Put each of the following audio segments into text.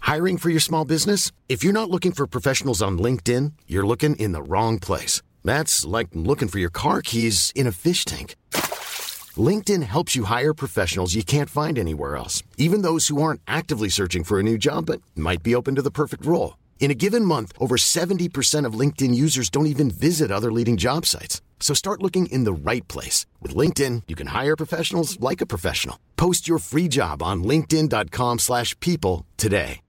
Hiring for your small business? If you're not looking for professionals on LinkedIn, you're looking in the wrong place. That's like looking for your car keys in a fish tank. LinkedIn helps you hire professionals you can't find anywhere else, even those who aren't actively searching for a new job but might be open to the perfect role. In a given month, over 70% of LinkedIn users don't even visit other leading job sites. So start looking in the right place. With LinkedIn, you can hire professionals like a professional. Post your free job on linkedin.com/people today.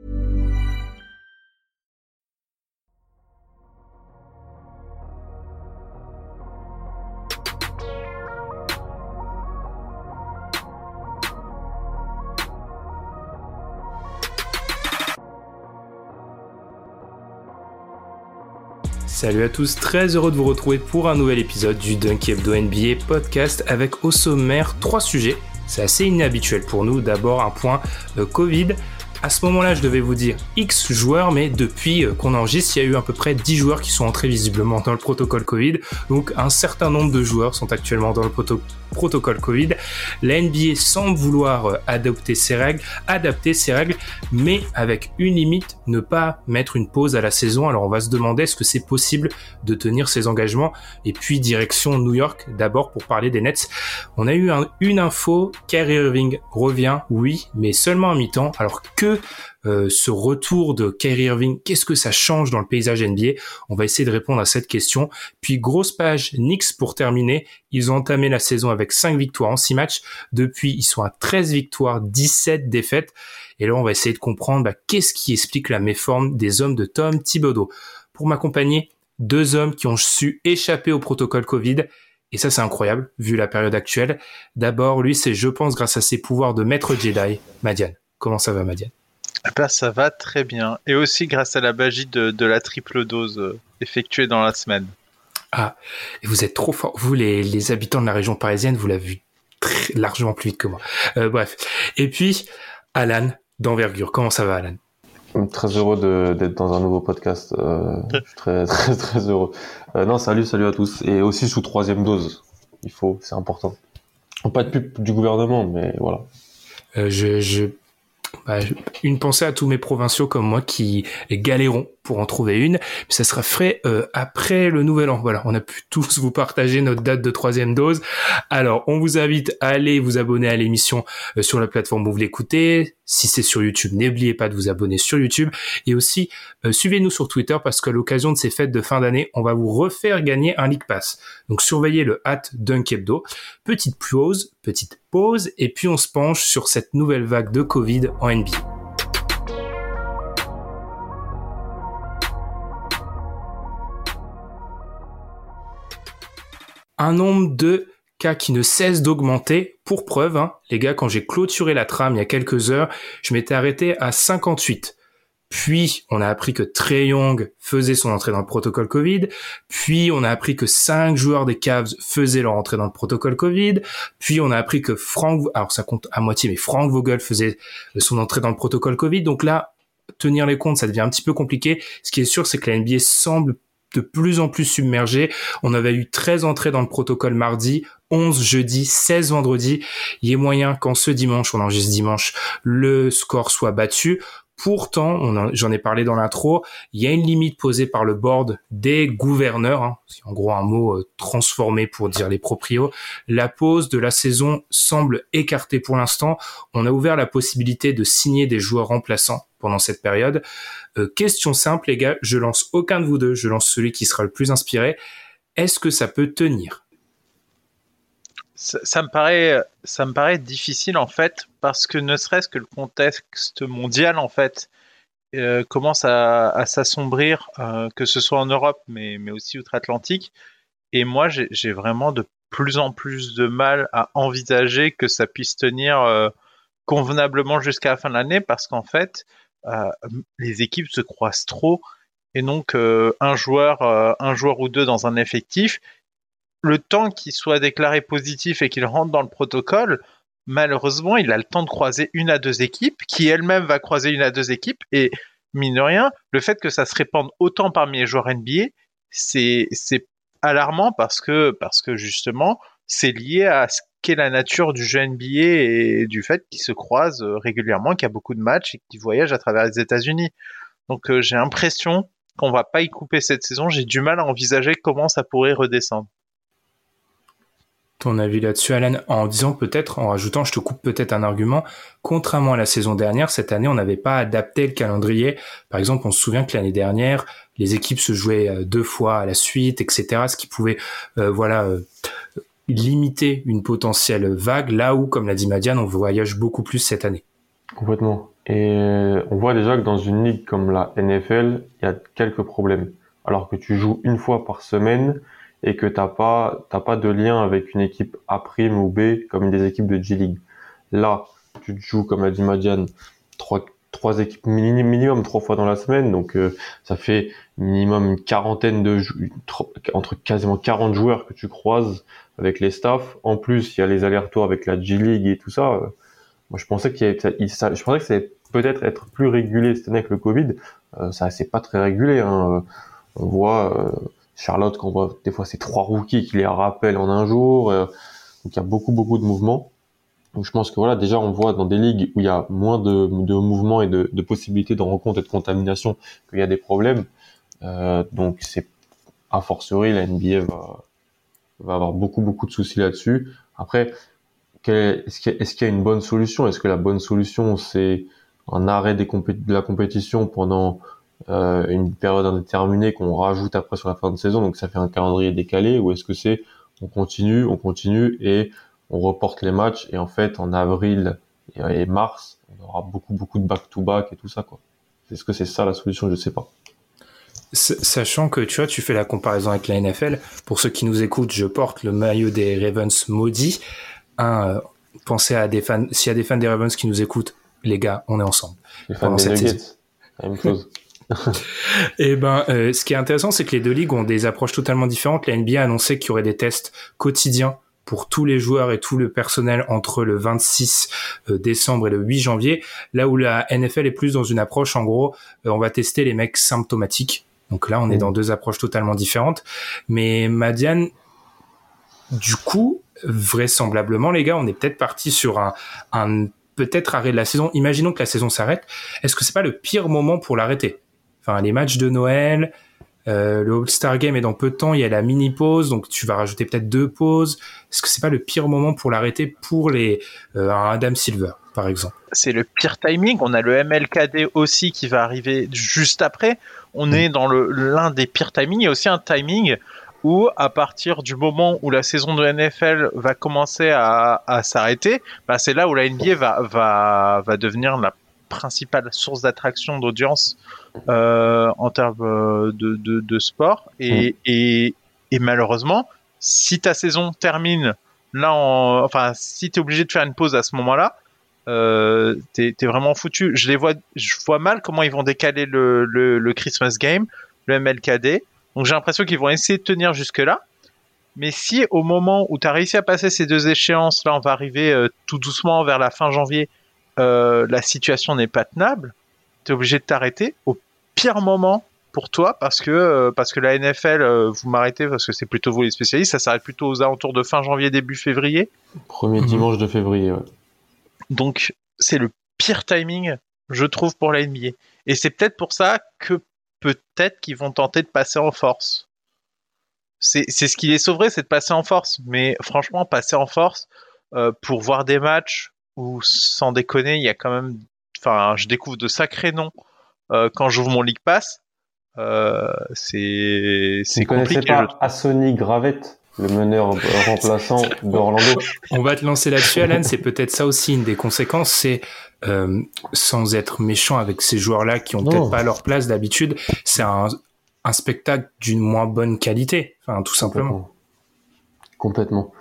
Salut à tous, très heureux de vous retrouver pour un nouvel épisode du Dunky Hebdo NBA podcast avec au sommaire 3 sujets. C'est assez inhabituel pour nous. D'abord un point Covid. À ce moment-là, je devais vous dire X joueurs, mais depuis qu'on enregistre, il y a eu à peu près 10 joueurs qui sont entrés visiblement dans le protocole Covid. Donc un certain nombre de joueurs sont actuellement dans le protocole Covid. La NBA semble vouloir adapter ses règles, mais avec une limite, ne pas mettre une pause à la saison. Alors on va se demander est-ce que c'est possible de tenir ses engagements. Et puis direction New York d'abord pour parler des Nets. On a eu une info, Kyrie Irving revient, oui, mais seulement à mi-temps. Alors que ce retour de Kyrie Irving, qu'est-ce que ça change dans le paysage NBA? On va essayer de répondre à cette question. Puis grosse page Knicks pour terminer. Ils ont entamé la saison avec 5 victoires en 6 matchs. Depuis, ils sont à 13 victoires, 17 défaites. Et là, on va essayer de comprendre qu'est-ce qui explique la méforme des hommes de Tom Thibodeau. Pour m'accompagner, 2 hommes qui ont su échapper au protocole Covid. Et ça, c'est incroyable, vu la période actuelle. D'abord, lui, c'est, je pense, grâce à ses pouvoirs de maître Jedi, Madiane. Comment ça va, Madiane? Ça va très bien. Et aussi grâce à la magie de la triple dose effectuée dans la semaine. Ah, et vous êtes trop fort. Vous, les habitants de la région parisienne, vous l'avez vu largement plus vite que moi. Bref. Et puis, Alan, d'envergure. Comment ça va, Alan? Très heureux d'être dans un nouveau podcast. Je suis très, très, très heureux. Non, salut à tous. Et aussi sous 3e dose. C'est important. Pas de pub du gouvernement, mais voilà. Une pensée à tous mes provinciaux comme moi qui galéreront pour en trouver une. Mais ça sera fait après le nouvel an. Voilà, on a pu tous vous partager notre date de 3e dose. Alors, on vous invite à aller vous abonner à l'émission sur la plateforme où vous l'écoutez. Si c'est sur YouTube, n'oubliez pas de vous abonner sur YouTube. Et aussi, suivez-nous sur Twitter parce qu'à l'occasion de ces fêtes de fin d'année, on va vous refaire gagner un League Pass. Donc, surveillez le @Dunkebdo. Petite pause, et puis on se penche sur cette nouvelle vague de Covid en NBA. Un nombre de cas qui ne cesse d'augmenter. Pour preuve, les gars, quand j'ai clôturé la trame il y a quelques heures, je m'étais arrêté à 58. Puis, on a appris que Trae Young faisait son entrée dans le protocole Covid. Puis, on a appris que 5 joueurs des Cavs faisaient leur entrée dans le protocole Covid. Puis, on a appris que alors ça compte à moitié, mais Frank Vogel faisait son entrée dans le protocole Covid. Donc là, tenir les comptes, ça devient un petit peu compliqué. Ce qui est sûr, c'est que la NBA semble de plus en plus submergée. On avait eu 13 entrées dans le protocole mardi, 11 jeudi, 16 vendredi. Il y a moyen qu'en ce dimanche, on enregistre dimanche, le score soit battu. Pourtant, j'en ai parlé dans l'intro, il y a une limite posée par le board des gouverneurs, c'est en gros un mot transformé pour dire les proprios. La pause de la saison semble écartée pour l'instant. On a ouvert la possibilité de signer des joueurs remplaçants pendant cette période. Question simple, les gars, je lance aucun de vous deux, je lance celui qui sera le plus inspiré. Est-ce que ça peut tenir ? Ça me paraît difficile en fait, parce que ne serait-ce que le contexte mondial en fait commence à s'assombrir, que ce soit en Europe mais aussi outre-Atlantique. Et moi j'ai vraiment de plus en plus de mal à envisager que ça puisse tenir convenablement jusqu'à la fin de l'année, parce qu'en fait les équipes se croisent trop, et donc un joueur ou deux dans un effectif, le temps qu'il soit déclaré positif et qu'il rentre dans le protocole, malheureusement, il a le temps de croiser 1 à 2 équipes, qui elle-même va croiser 1 à 2 équipes, et mine de rien, le fait que ça se répande autant parmi les joueurs NBA, c'est alarmant, parce que justement, c'est lié à qu'est la nature du jeu NBA et du fait qu'ils se croisent régulièrement, qu'il y a beaucoup de matchs et qu'ils voyagent à travers les États-Unis. Donc j'ai l'impression qu'on va pas y couper cette saison. J'ai du mal à envisager comment ça pourrait redescendre. Ton avis là-dessus, Alan, en disant peut-être, en rajoutant, je te coupe peut-être un argument, contrairement à la saison dernière, cette année, on n'avait pas adapté le calendrier. Par exemple, on se souvient que l'année dernière, les équipes se jouaient 2 fois à la suite, etc., ce qui pouvait, limiter une potentielle vague, là où, comme l'a dit Madiane, on voyage beaucoup plus cette année. Complètement. Et on voit déjà que dans une ligue comme la NFL, il y a quelques problèmes. Alors que tu joues une fois par semaine et que t'as pas de lien avec une équipe A' ou B comme des équipes de G-League. Là, tu te joues, comme l'a dit Madiane, trois équipes minimum 3 fois dans la semaine, donc ça fait minimum une quarantaine entre quasiment 40 joueurs que tu croises avec les staffs. En plus, il y a les allers-retours avec la G-League et tout ça. Moi, je pensais je pensais que ça allait peut-être être plus régulé cette année avec le Covid. Ça, c'est pas très régulé, hein. On voit Charlotte, qu'on voit des fois c'est 3 rookies qui les rappellent en un jour. Donc il y a beaucoup de mouvements. Donc je pense que voilà, déjà on voit dans des ligues où il y a moins de mouvements et de possibilités de rencontres et de contamination qu'il y a des problèmes. Donc c'est a fortiori la NBA va avoir beaucoup de soucis là-dessus. Après, est-ce qu'il y a une bonne solution? Est-ce que la bonne solution c'est un arrêt de la compétition pendant une période indéterminée qu'on rajoute après sur la fin de saison, donc ça fait un calendrier décalé, ou est-ce que c'est on continue et on reporte les matchs et en fait en avril et mars on aura beaucoup de back-to-back et tout ça quoi. Est-ce que c'est ça la solution? Je sais pas. Sachant que tu vois, tu fais la comparaison avec la NFL. Pour ceux qui nous écoutent, je porte le maillot des Ravens maudits. Pensez à des fans, s'il y a des fans des Ravens qui nous écoutent, les gars, on est ensemble. Les fans des Nuggets, la même chose. Et ce qui est intéressant, c'est que les deux ligues ont des approches totalement différentes. La NBA a annoncé qu'il y aurait des tests quotidiens pour tous les joueurs et tout le personnel entre le 26 décembre et le 8 janvier, là où la NFL est plus dans une approche, en gros, on va tester les mecs symptomatiques. Donc là, on est dans 2 approches totalement différentes. Mais Madiane, du coup, vraisemblablement, les gars, on est peut-être parti sur un peut-être arrêt de la saison. Imaginons que la saison s'arrête. Est-ce que c'est pas le pire moment pour l'arrêter? Enfin, les matchs de Noël, le All-Star Game est dans peu de temps, il y a la mini-pause, donc tu vas rajouter peut-être 2 pauses. Est-ce que c'est pas le pire moment pour l'arrêter pour un Adam Silver, par exemple? C'est le pire timing. On a le MLKD aussi qui va arriver juste après. On est dans l'un des pires timings. Il y a aussi un timing où, à partir du moment où la saison de NFL va commencer à s'arrêter, c'est là où la NBA va devenir la principale source d'attraction d'audience en termes de sport. Et malheureusement, si ta saison termine là, si t'es obligé de faire une pause à ce moment-là, t'es vraiment foutu. Je vois mal comment ils vont décaler le Christmas Game, le MLKD. Donc j'ai l'impression qu'ils vont essayer de tenir jusque-là. Mais si au moment où tu as réussi à passer ces 2 échéances, là on va arriver tout doucement vers la fin janvier, la situation n'est pas tenable, tu es obligé de t'arrêter au pire moment pour toi parce que la NFL, vous m'arrêtez parce que c'est plutôt vous les spécialistes, ça s'arrête plutôt aux alentours de fin janvier, début février. Premier dimanche de février, ouais. Donc c'est le pire timing, je trouve, pour la NBA. Et c'est peut-être pour ça que peut-être qu'ils vont tenter de passer en force. C'est ce qui les sauverait, c'est de passer en force. Mais franchement, passer en force pour voir des matchs où, sans déconner, il y a quand même... Enfin, je découvre de sacrés noms quand j'ouvre mon League Pass. C'est compliqué. Vous connaissez pas Assoni Gravette, le meneur remplaçant d'Orlando? On va te lancer là-dessus, Alan. C'est peut-être ça aussi une des conséquences. C'est sans être méchant avec ces joueurs-là qui ont peut-être pas leur place d'habitude, c'est un spectacle d'une moins bonne qualité, enfin tout simplement. Complètement.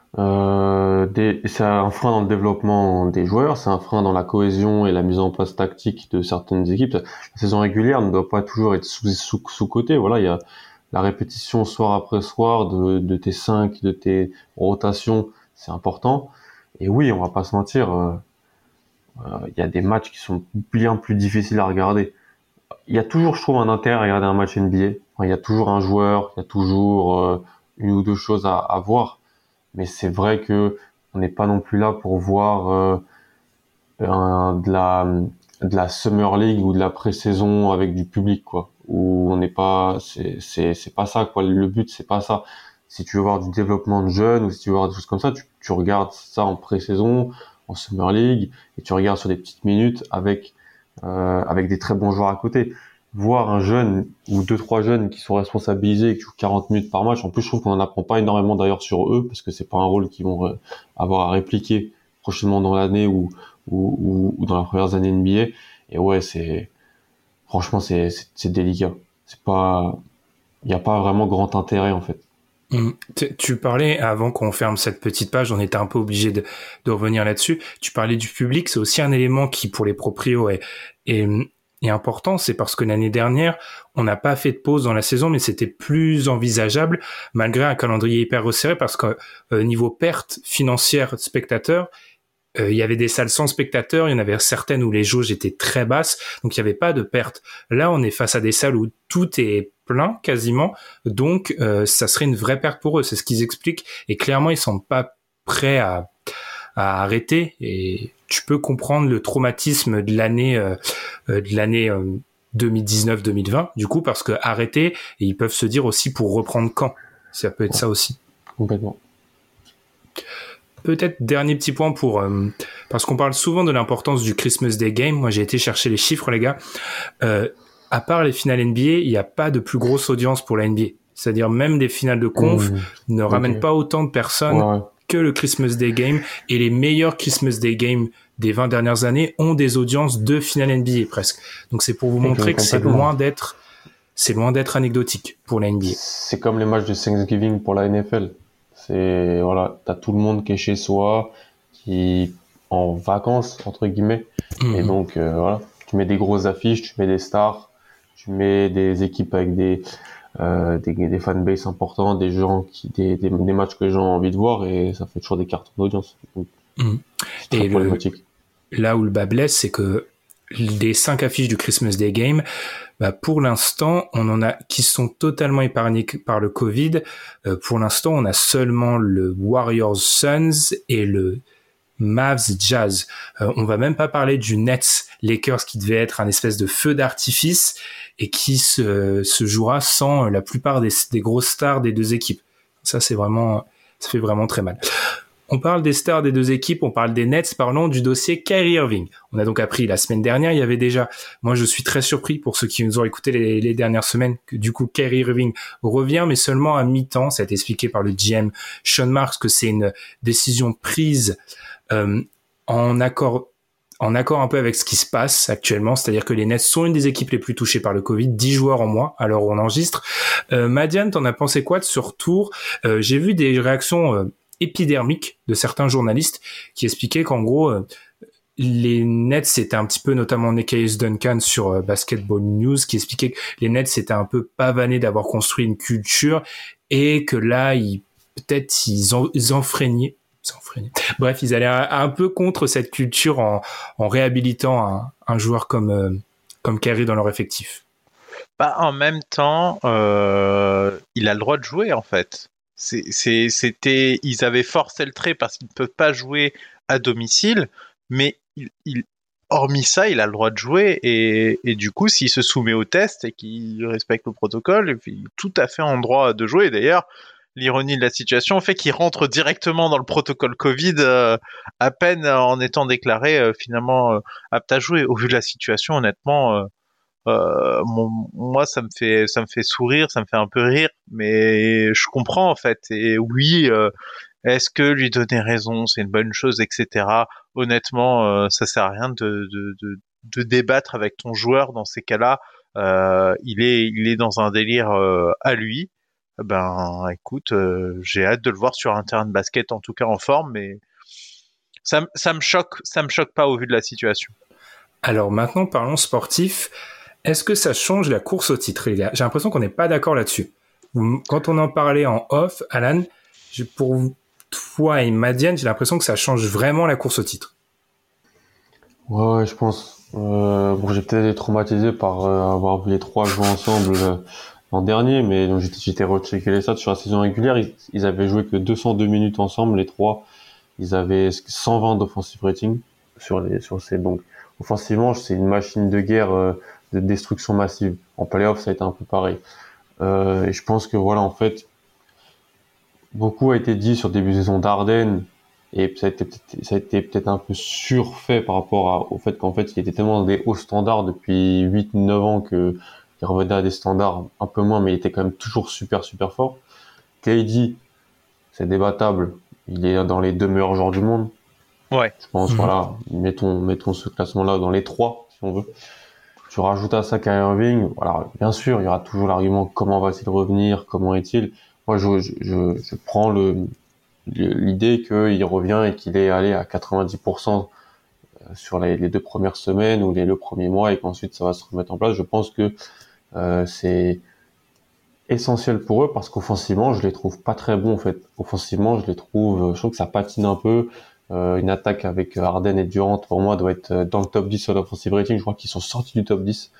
C'est un frein dans le développement des joueurs, c'est un frein dans la cohésion et la mise en place tactique de certaines équipes. La saison régulière ne doit pas toujours être sous-côté. Voilà, il y a la répétition soir après soir de tes 5, de tes rotations, c'est important. Et oui, on va pas se mentir, il y a des matchs qui sont bien plus difficiles à regarder. Il y a toujours, je trouve, un intérêt à regarder un match NBA. Enfin, il y a toujours un joueur, il y a toujours une ou 2 choses à voir. Mais c'est vrai que on n'est pas non plus là pour voir de la Summer League ou de la pré-saison avec du public, quoi. Où on n'est pas, c'est pas ça, quoi. Le but, c'est pas ça. Si tu veux voir du développement de jeunes ou si tu veux voir des choses comme ça, tu regardes ça en pré-saison, en Summer League, et tu regardes sur des petites minutes avec des très bons joueurs à côté. Voir un jeune ou deux, trois jeunes qui sont responsabilisés et qui jouent 40 minutes par match. En plus, je trouve qu'on en apprend pas énormément d'ailleurs sur eux parce que c'est pas un rôle qu'ils vont avoir à répliquer prochainement dans l'année ou dans les premières années NBA. Et ouais, franchement, c'est délicat. Il n'y a pas vraiment grand intérêt, en fait. Tu parlais, avant qu'on ferme cette petite page, on était un peu obligé de revenir là-dessus. Tu parlais du public, c'est aussi un élément qui, pour les proprios, est important. C'est parce que l'année dernière, on n'a pas fait de pause dans la saison, mais c'était plus envisageable, malgré un calendrier hyper resserré, parce que niveau perte financière de spectateurs, il y avait des salles sans spectateurs, il y en avait certaines où les jauges étaient très basses, donc il n'y avait pas de perte. Là, on est face à des salles où tout est plein quasiment, donc ça serait une vraie perte pour eux, c'est ce qu'ils expliquent, et clairement ils sont pas prêts à arrêter, et tu peux comprendre le traumatisme de l'année 2019-2020 du coup, parce que arrêter, et ils peuvent se dire aussi pour reprendre quand, ça peut être ça aussi. Complètement. Peut-être dernier petit point parce qu'on parle souvent de l'importance du Christmas Day Game. Moi, j'ai été chercher les chiffres, les gars. À part les finales NBA, il n'y a pas de plus grosse audience pour la NBA. C'est-à-dire même des finales de conf ne ramènent pas autant de personnes que le Christmas Day Game. Et les meilleurs Christmas Day Game des 20 dernières années ont des audiences de finales NBA presque. Donc c'est pour vous montrer que c'est loin d'être anecdotique pour la NBA. C'est comme les matchs de Thanksgiving pour la NFL. T'as tout le monde qui est chez soi, qui en vacances entre guillemets, et donc tu mets des grosses affiches, tu mets des stars, tu mets des équipes avec des fanbases importants, des matchs que les gens ont envie de voir, et ça fait toujours des cartons d'audience. C'est très problématique. Là où le bas blesse, c'est que des 5 affiches du Christmas Day Game, pour l'instant, on en a qui sont totalement épargnées par le Covid. Pour l'instant, on a seulement le Warriors Suns et le Mavs Jazz. On va même pas parler du Nets Lakers qui devait être un espèce de feu d'artifice et qui se jouera sans la plupart des grosses stars des deux équipes. Ça fait vraiment très mal. On parle des stars des deux équipes, on parle des Nets, parlons du dossier Kyrie Irving. On a donc appris la semaine dernière, il y avait déjà, moi je suis très surpris pour ceux qui nous ont écouté les dernières semaines, que du coup Kyrie Irving revient, mais seulement à mi-temps. Ça a été expliqué par le GM Sean Marks que c'est une décision prise en accord un peu avec ce qui se passe actuellement, c'est-à-dire que les Nets sont une des équipes les plus touchées par le Covid, 10 joueurs en moins à l'heure où on enregistre. Madiane, t'en as pensé quoi de ce retour? J'ai vu des réactions épidermique de certains journalistes qui expliquaient qu'en gros les Nets, c'était un petit peu, notamment Nekias Duncan sur Basketball News, qui expliquait que les Nets s'étaient un peu pavanés d'avoir construit une culture et que là ils enfreignaient. Bref, ils allaient un peu contre cette culture en réhabilitant un joueur comme Kyrie dans leur effectif. En même temps, il a le droit de jouer en fait. Ils avaient forcé le trait parce qu'ils ne peuvent pas jouer à domicile, mais hormis ça, il a le droit de jouer et du coup, s'il se soumet au test et qu'il respecte le protocole, il est tout à fait en droit de jouer. D'ailleurs, l'ironie de la situation fait qu'il rentre directement dans le protocole Covid à peine en étant déclaré finalement apte à jouer. Au vu de la situation, honnêtement. Moi ça me fait sourire, ça me fait un peu rire, mais je comprends en fait. Et oui, est-ce que lui donner raison c'est une bonne chose, etc. Honnêtement, ça sert à rien de débattre avec ton joueur dans ces cas-là. Il est dans un délire à lui. Écoute, j'ai hâte de le voir sur un terrain de basket, en tout cas en forme, mais ça me choque pas au vu de la situation. Alors maintenant, parlons sportif. Est-ce que ça change la course au titre, les gars? J'ai l'impression qu'on n'est pas d'accord là-dessus. Quand on en parlait en off, Alan, pour toi et Madiane, j'ai l'impression que ça change vraiment la course au titre. Ouais, je pense. J'ai peut-être été traumatisé par avoir vu les trois jouer ensemble l'an dernier, mais donc j'étais rechecké les stats sur la saison régulière. Ils avaient joué que 202 minutes ensemble, les trois. ils avaient 120 d'offensive rating sur ces, donc, offensivement, c'est une machine de guerre, de destruction massive. En playoff, ça a été un peu pareil. Et je pense que voilà, en fait, beaucoup a été dit sur début de saison d'Harden, et ça a été peut-être un peu surfait par rapport au fait qu'en fait, il était tellement dans des hauts standards depuis 8-9 ans que il revenait à des standards un peu moins, mais il était quand même toujours super, super fort. KD, c'est débattable. Il est dans les 2 meilleurs joueurs du monde. Ouais. Je pense, voilà, mettons ce classement-là dans les 3, si on veut. Tu rajoutes à ça Kyrie Irving, voilà, bien sûr, il y aura toujours l'argument comment va-t-il revenir, comment est-il. Moi, je prends l'idée qu'il revient et qu'il est allé à 90% sur les 2 premières semaines ou le premier mois et qu'ensuite ça va se remettre en place. Je pense que c'est essentiel pour eux parce qu'offensivement, je les trouve pas très bons en fait. Offensivement, je trouve que ça patine un peu. Une attaque avec Harden et Durant, pour moi, doit être dans le top 10 sur l'offensive rating. Je crois qu'ils sont sortis du top 10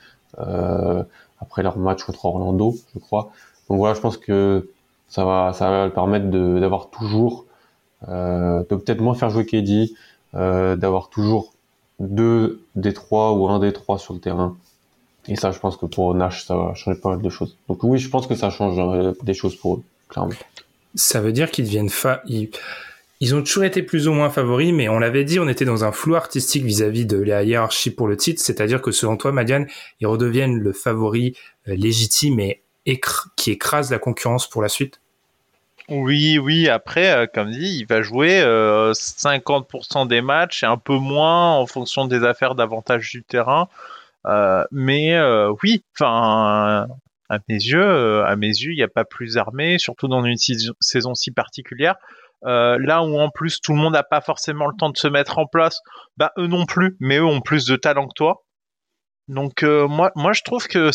après leur match contre Orlando, je crois. Donc voilà, je pense que ça va leur permettre d'avoir toujours, de peut-être moins faire jouer KD, d'avoir toujours 2 des 3 ou 1 des 3 sur le terrain. Et ça, je pense que pour Nash, ça va changer pas mal de choses. Donc oui, je pense que ça change des choses pour eux, clairement. Ça veut dire qu'ils deviennent ils ont toujours été plus ou moins favoris, mais on l'avait dit, on était dans un flou artistique vis-à-vis de la hiérarchie pour le titre, c'est-à-dire que selon toi, Madiane, ils redeviennent le favori légitime et qui écrase la concurrence pour la suite. Oui, après, comme dit, il va jouer 50% des matchs et un peu moins en fonction des affaires d'avantage du terrain. Mais oui, enfin, à mes yeux, il n'y a pas plus armé, surtout dans une saison si particulière. Là où en plus tout le monde n'a pas forcément le temps de se mettre en place, bah eux non plus, mais eux ont plus de talent que toi. Donc moi je trouve que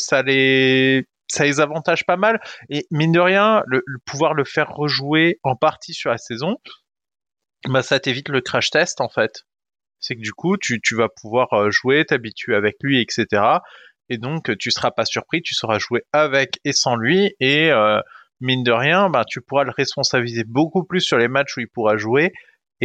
ça les avantage pas mal et mine de rien le pouvoir le faire rejouer en partie sur la saison, bah ça t'évite le crash test en fait. C'est que du coup tu vas pouvoir jouer, t'habituer avec lui, etc. Et donc tu seras pas surpris, tu sauras jouer avec et sans lui et mine de rien, bah tu pourras le responsabiliser beaucoup plus sur les matchs où il pourra jouer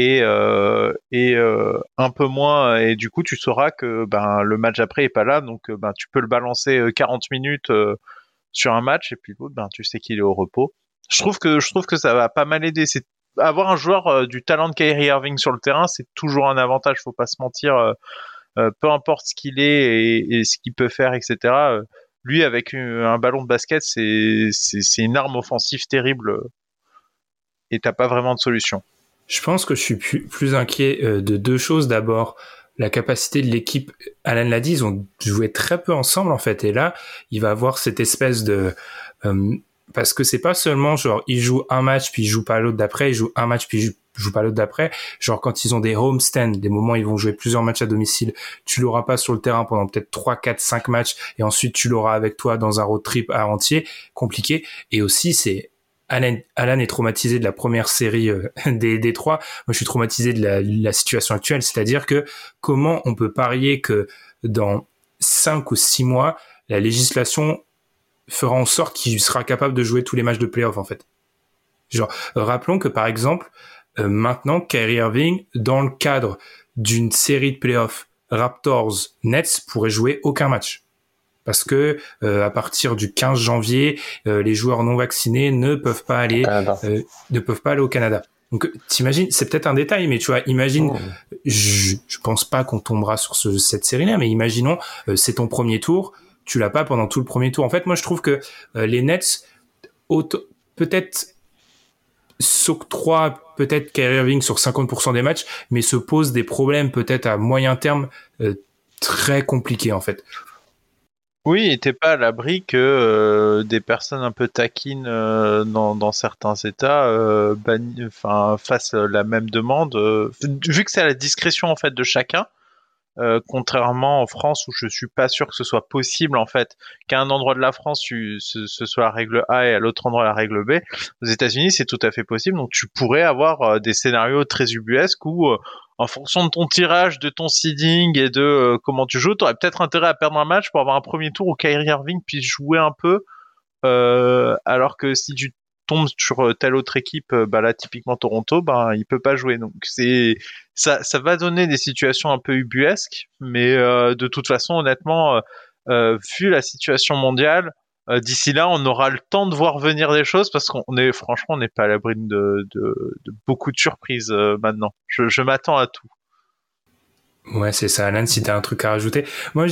et un peu moins et du coup tu sauras que ben le match après est pas là donc ben tu peux le balancer 40 minutes sur un match et puis l'autre ben tu sais qu'il est au repos. Je trouve que ça va pas mal aider. C'est avoir un joueur du talent de Kyrie Irving sur le terrain, c'est toujours un avantage, faut pas se mentir. Peu importe ce qu'il est et ce qu'il peut faire, etc. Lui avec un ballon de basket, c'est une arme offensive terrible et t'as pas vraiment de solution. Je pense que je suis plus inquiet de 2 choses. D'abord, la capacité de l'équipe. Alan l'a dit, ils ont joué très peu ensemble en fait. Et là, il va avoir cette espèce de... parce que c'est pas seulement genre, ils jouent un match puis ils jouent pas l'autre d'après, ils jouent un match puis ils jouent pas l'autre d'après. Genre quand ils ont des homestands, des moments où ils vont jouer plusieurs matchs à domicile, tu l'auras pas sur le terrain pendant peut-être 3, 4, 5 matchs et ensuite tu l'auras avec toi dans un road trip à entier. Compliqué. Et aussi, c'est... Alan est traumatisé de la première série des 3. Moi, je suis traumatisé de la situation actuelle. C'est-à-dire que comment on peut parier que dans 5 ou 6 mois, la législation fera en sorte qu'il sera capable de jouer tous les matchs de playoff, en fait. Genre, rappelons que, par exemple, maintenant, Kyrie Irving, dans le cadre d'une série de playoffs Raptors-Nets, pourrait jouer aucun match. Parce que à partir du 15 janvier, les joueurs non vaccinés ne peuvent pas aller au Canada. Donc t'imagines, c'est peut-être un détail, mais tu vois, imagine, je pense pas qu'on tombera sur cette série-là, mais imaginons, c'est ton premier tour, tu l'as pas pendant tout le premier tour. En fait, moi je trouve que les Nets peut-être s'octroient peut-être Kyrie Irving sur 50% des matchs, mais se posent des problèmes peut-être à moyen terme très compliqués en fait. Oui, et t'es pas à l'abri que des personnes un peu taquines dans certains États fassent la même demande. Vu que c'est à la discrétion en fait de chacun, contrairement en France où je suis pas sûr que ce soit possible en fait qu'à un endroit de la France ce soit la règle A et à l'autre endroit la règle B. Aux États-Unis, c'est tout à fait possible. Donc tu pourrais avoir des scénarios très ubuesques où en fonction de ton tirage, de ton seeding et de comment tu joues, tu aurais peut-être intérêt à perdre un match pour avoir un premier tour où Kyrie Irving puisse jouer un peu, alors que si tombe sur telle autre équipe, là typiquement Toronto, il peut pas jouer. Donc ça va donner des situations un peu ubuesques, mais de toute façon, honnêtement, vu la situation mondiale, d'ici là, on aura le temps de voir venir des choses parce franchement, on n'est pas à l'abri de beaucoup de surprises maintenant. Je m'attends à tout. Ouais, c'est ça. Alan, si t'as un truc à rajouter. Moi,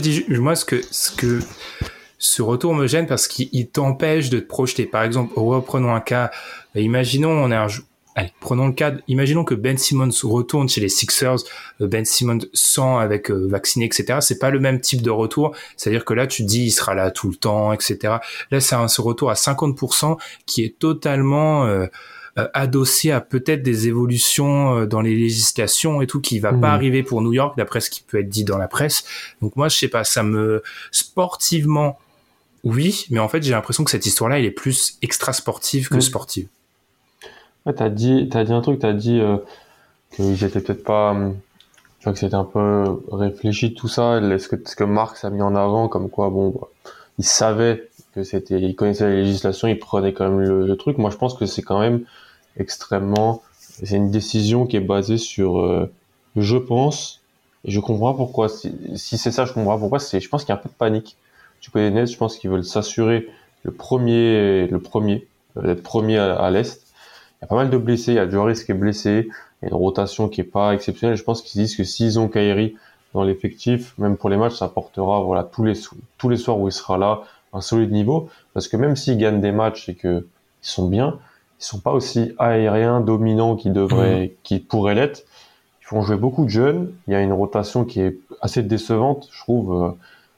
ce retour me gêne parce qu'il t'empêche de te projeter. Par exemple, reprenons un cas. Imaginons, prenons le cas. Imaginons que Ben Simmons retourne chez les Sixers. Ben Simmons sans avec vacciné, etc. C'est pas le même type de retour. C'est-à-dire que là, tu te dis, il sera là tout le temps, etc. Là, c'est ce retour à 50% qui est totalement adossé à peut-être des évolutions dans les législations et tout qui va pas arriver pour New York d'après ce qui peut être dit dans la presse. Donc moi je sais pas, sportivement oui, mais en fait j'ai l'impression que cette histoire-là elle est plus extra sportive que sportive. Ouais, t'as dit un truc, qu'ils étaient peut-être pas, tu vois, que c'était un peu réfléchi tout ça. Ce que Marx a mis en avant comme quoi il savait que il connaissait la législation, il prenait quand même le truc. Moi je pense que c'est quand même c'est une décision qui est basée sur je pense, et je comprends pourquoi, si c'est ça, je comprends pourquoi, je pense qu'il y a un peu de panique du côté des Nets. Je pense qu'ils veulent s'assurer d'être premier à l'Est. Il y a pas mal de blessés, il y a Joris qui est blessé, il y a une rotation qui est pas exceptionnelle. Je pense qu'ils disent que s'ils ont Kyrie dans l'effectif, même pour les matchs, ça apportera tous les soirs où il sera là, un solide niveau, parce que même s'ils gagnent des matchs et que ils sont bien, ils sont pas aussi aériens, dominants qui pourraient l'être. Ils font jouer beaucoup de jeunes. Il y a une rotation qui est assez décevante, je trouve.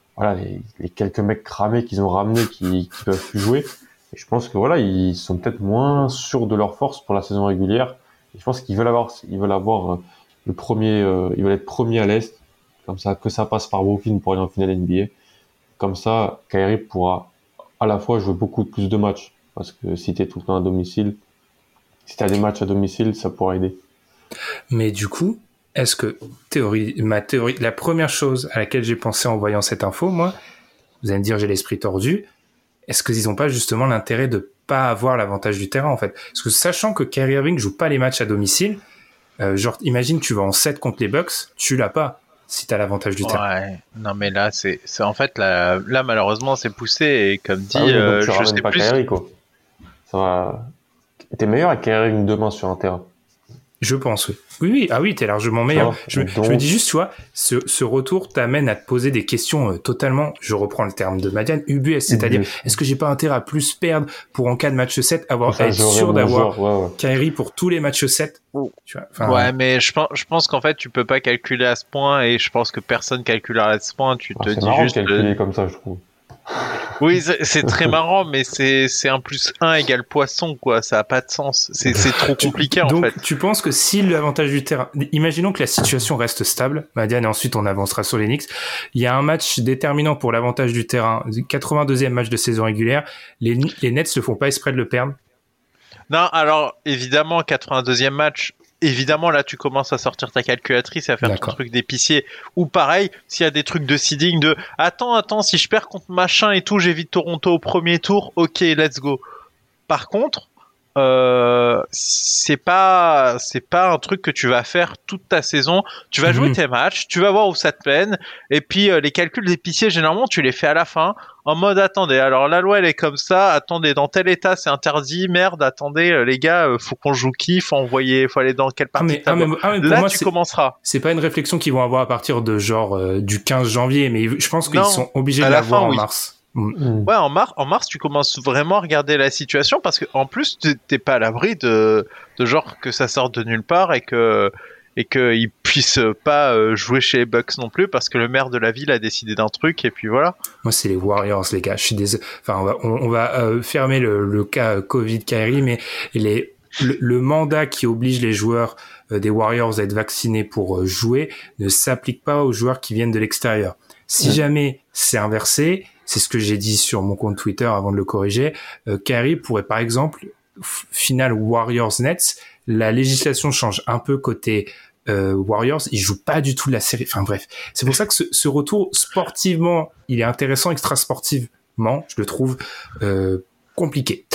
Les quelques mecs cramés qu'ils ont ramenés qui peuvent plus jouer. Et je pense que ils sont peut-être moins sûrs de leur force pour la saison régulière. Et je pense qu'ils veulent avoir le premier, ils veulent être premiers à l'Est. Comme ça, que ça passe par Brooklyn pour aller en finale NBA. Comme ça, Kyrie pourra à la fois jouer beaucoup plus de matchs. Parce que si t'es tout le temps à domicile, si t'as des matchs à domicile, ça pourra aider. Mais du coup, est-ce que ma théorie, la première chose à laquelle j'ai pensé en voyant cette info, moi, vous allez me dire j'ai l'esprit tordu, est-ce qu'ils n'ont pas justement l'intérêt de pas avoir l'avantage du terrain en fait? Parce que sachant que Kyrie Irving joue pas les matchs à domicile, imagine tu vas en 7 contre les Bucks, tu l'as pas si t'as l'avantage du terrain. Ouais, non mais là c'est en fait là malheureusement c'est poussé et comme dit je sais pas plus. Kyrie, quoi. Ça va. T'es meilleur avec Kyrie Irving demain sur un terrain. Je pense, oui. Oui, ah oui, t'es largement meilleur. Je me dis juste, tu vois, ce retour t'amène à te poser des questions totalement, je reprends le terme de Madiane, ubuesques, c'est-à-dire, est-ce que j'ai pas intérêt à plus perdre pour en cas de match 7, être sûr d'avoir Kyrie pour tous les matchs 7 tu vois, mais je pense qu'en fait, tu peux pas calculer à ce point et je pense que personne calculera à ce point, tu te dis juste... C'est calculer comme ça, je trouve. Oui, c'est très marrant, mais c'est 1+1 égale poisson, quoi. Ça a pas de sens. C'est trop compliqué, en fait. Donc, tu penses que si l'avantage du terrain, imaginons que la situation reste stable, Madiane, et ensuite on avancera sur les Knicks, il y a un match déterminant pour l'avantage du terrain, 82e match de saison régulière, les Nets ne font pas exprès de le perdre? Non, alors, évidemment, 82e match, évidemment, là, tu commences à sortir ta calculatrice et à faire ton truc d'épicier. Ou pareil, s'il y a des trucs de seeding de « Attends, si je perds contre machin et tout, j'évite Toronto au premier tour, ok, let's go. » Par contre, c'est pas un truc que tu vas faire toute ta saison. Tu vas jouer tes matchs, tu vas voir où ça te mène, et puis les calculs d'épicier, généralement, tu les fais à la fin, en mode attendez, alors la loi elle est comme ça, attendez, dans tel état c'est interdit, merde, attendez les gars, faut qu'on joue qui, faut aller dans quelle partie là tu commenceras. C'est pas une réflexion qu'ils vont avoir à partir de genre du 15 janvier, mais je pense qu'ils sont obligés de l'avoir en mars. Ouais, en mars, tu commences vraiment à regarder la situation parce que en plus, t'es pas à l'abri de genre que ça sorte de nulle part et qu'ils puissent pas jouer chez les Bucks non plus parce que le maire de la ville a décidé d'un truc et puis voilà. Moi, c'est les Warriors, les gars. Je suis désolé. Enfin, on va fermer le cas Covid Kyrie, mais le mandat qui oblige les joueurs des Warriors à être vaccinés pour jouer ne s'applique pas aux joueurs qui viennent de l'extérieur. Si jamais c'est inversé, c'est ce que j'ai dit sur mon compte Twitter avant de le corriger, Kyrie pourrait par exemple, finale Warriors-Nets, la législation change un peu côté Warriors, ils jouent pas du tout de la série, enfin bref. C'est pour ça que ce retour sportivement, il est intéressant, extra sportivement, je le trouve compliqué.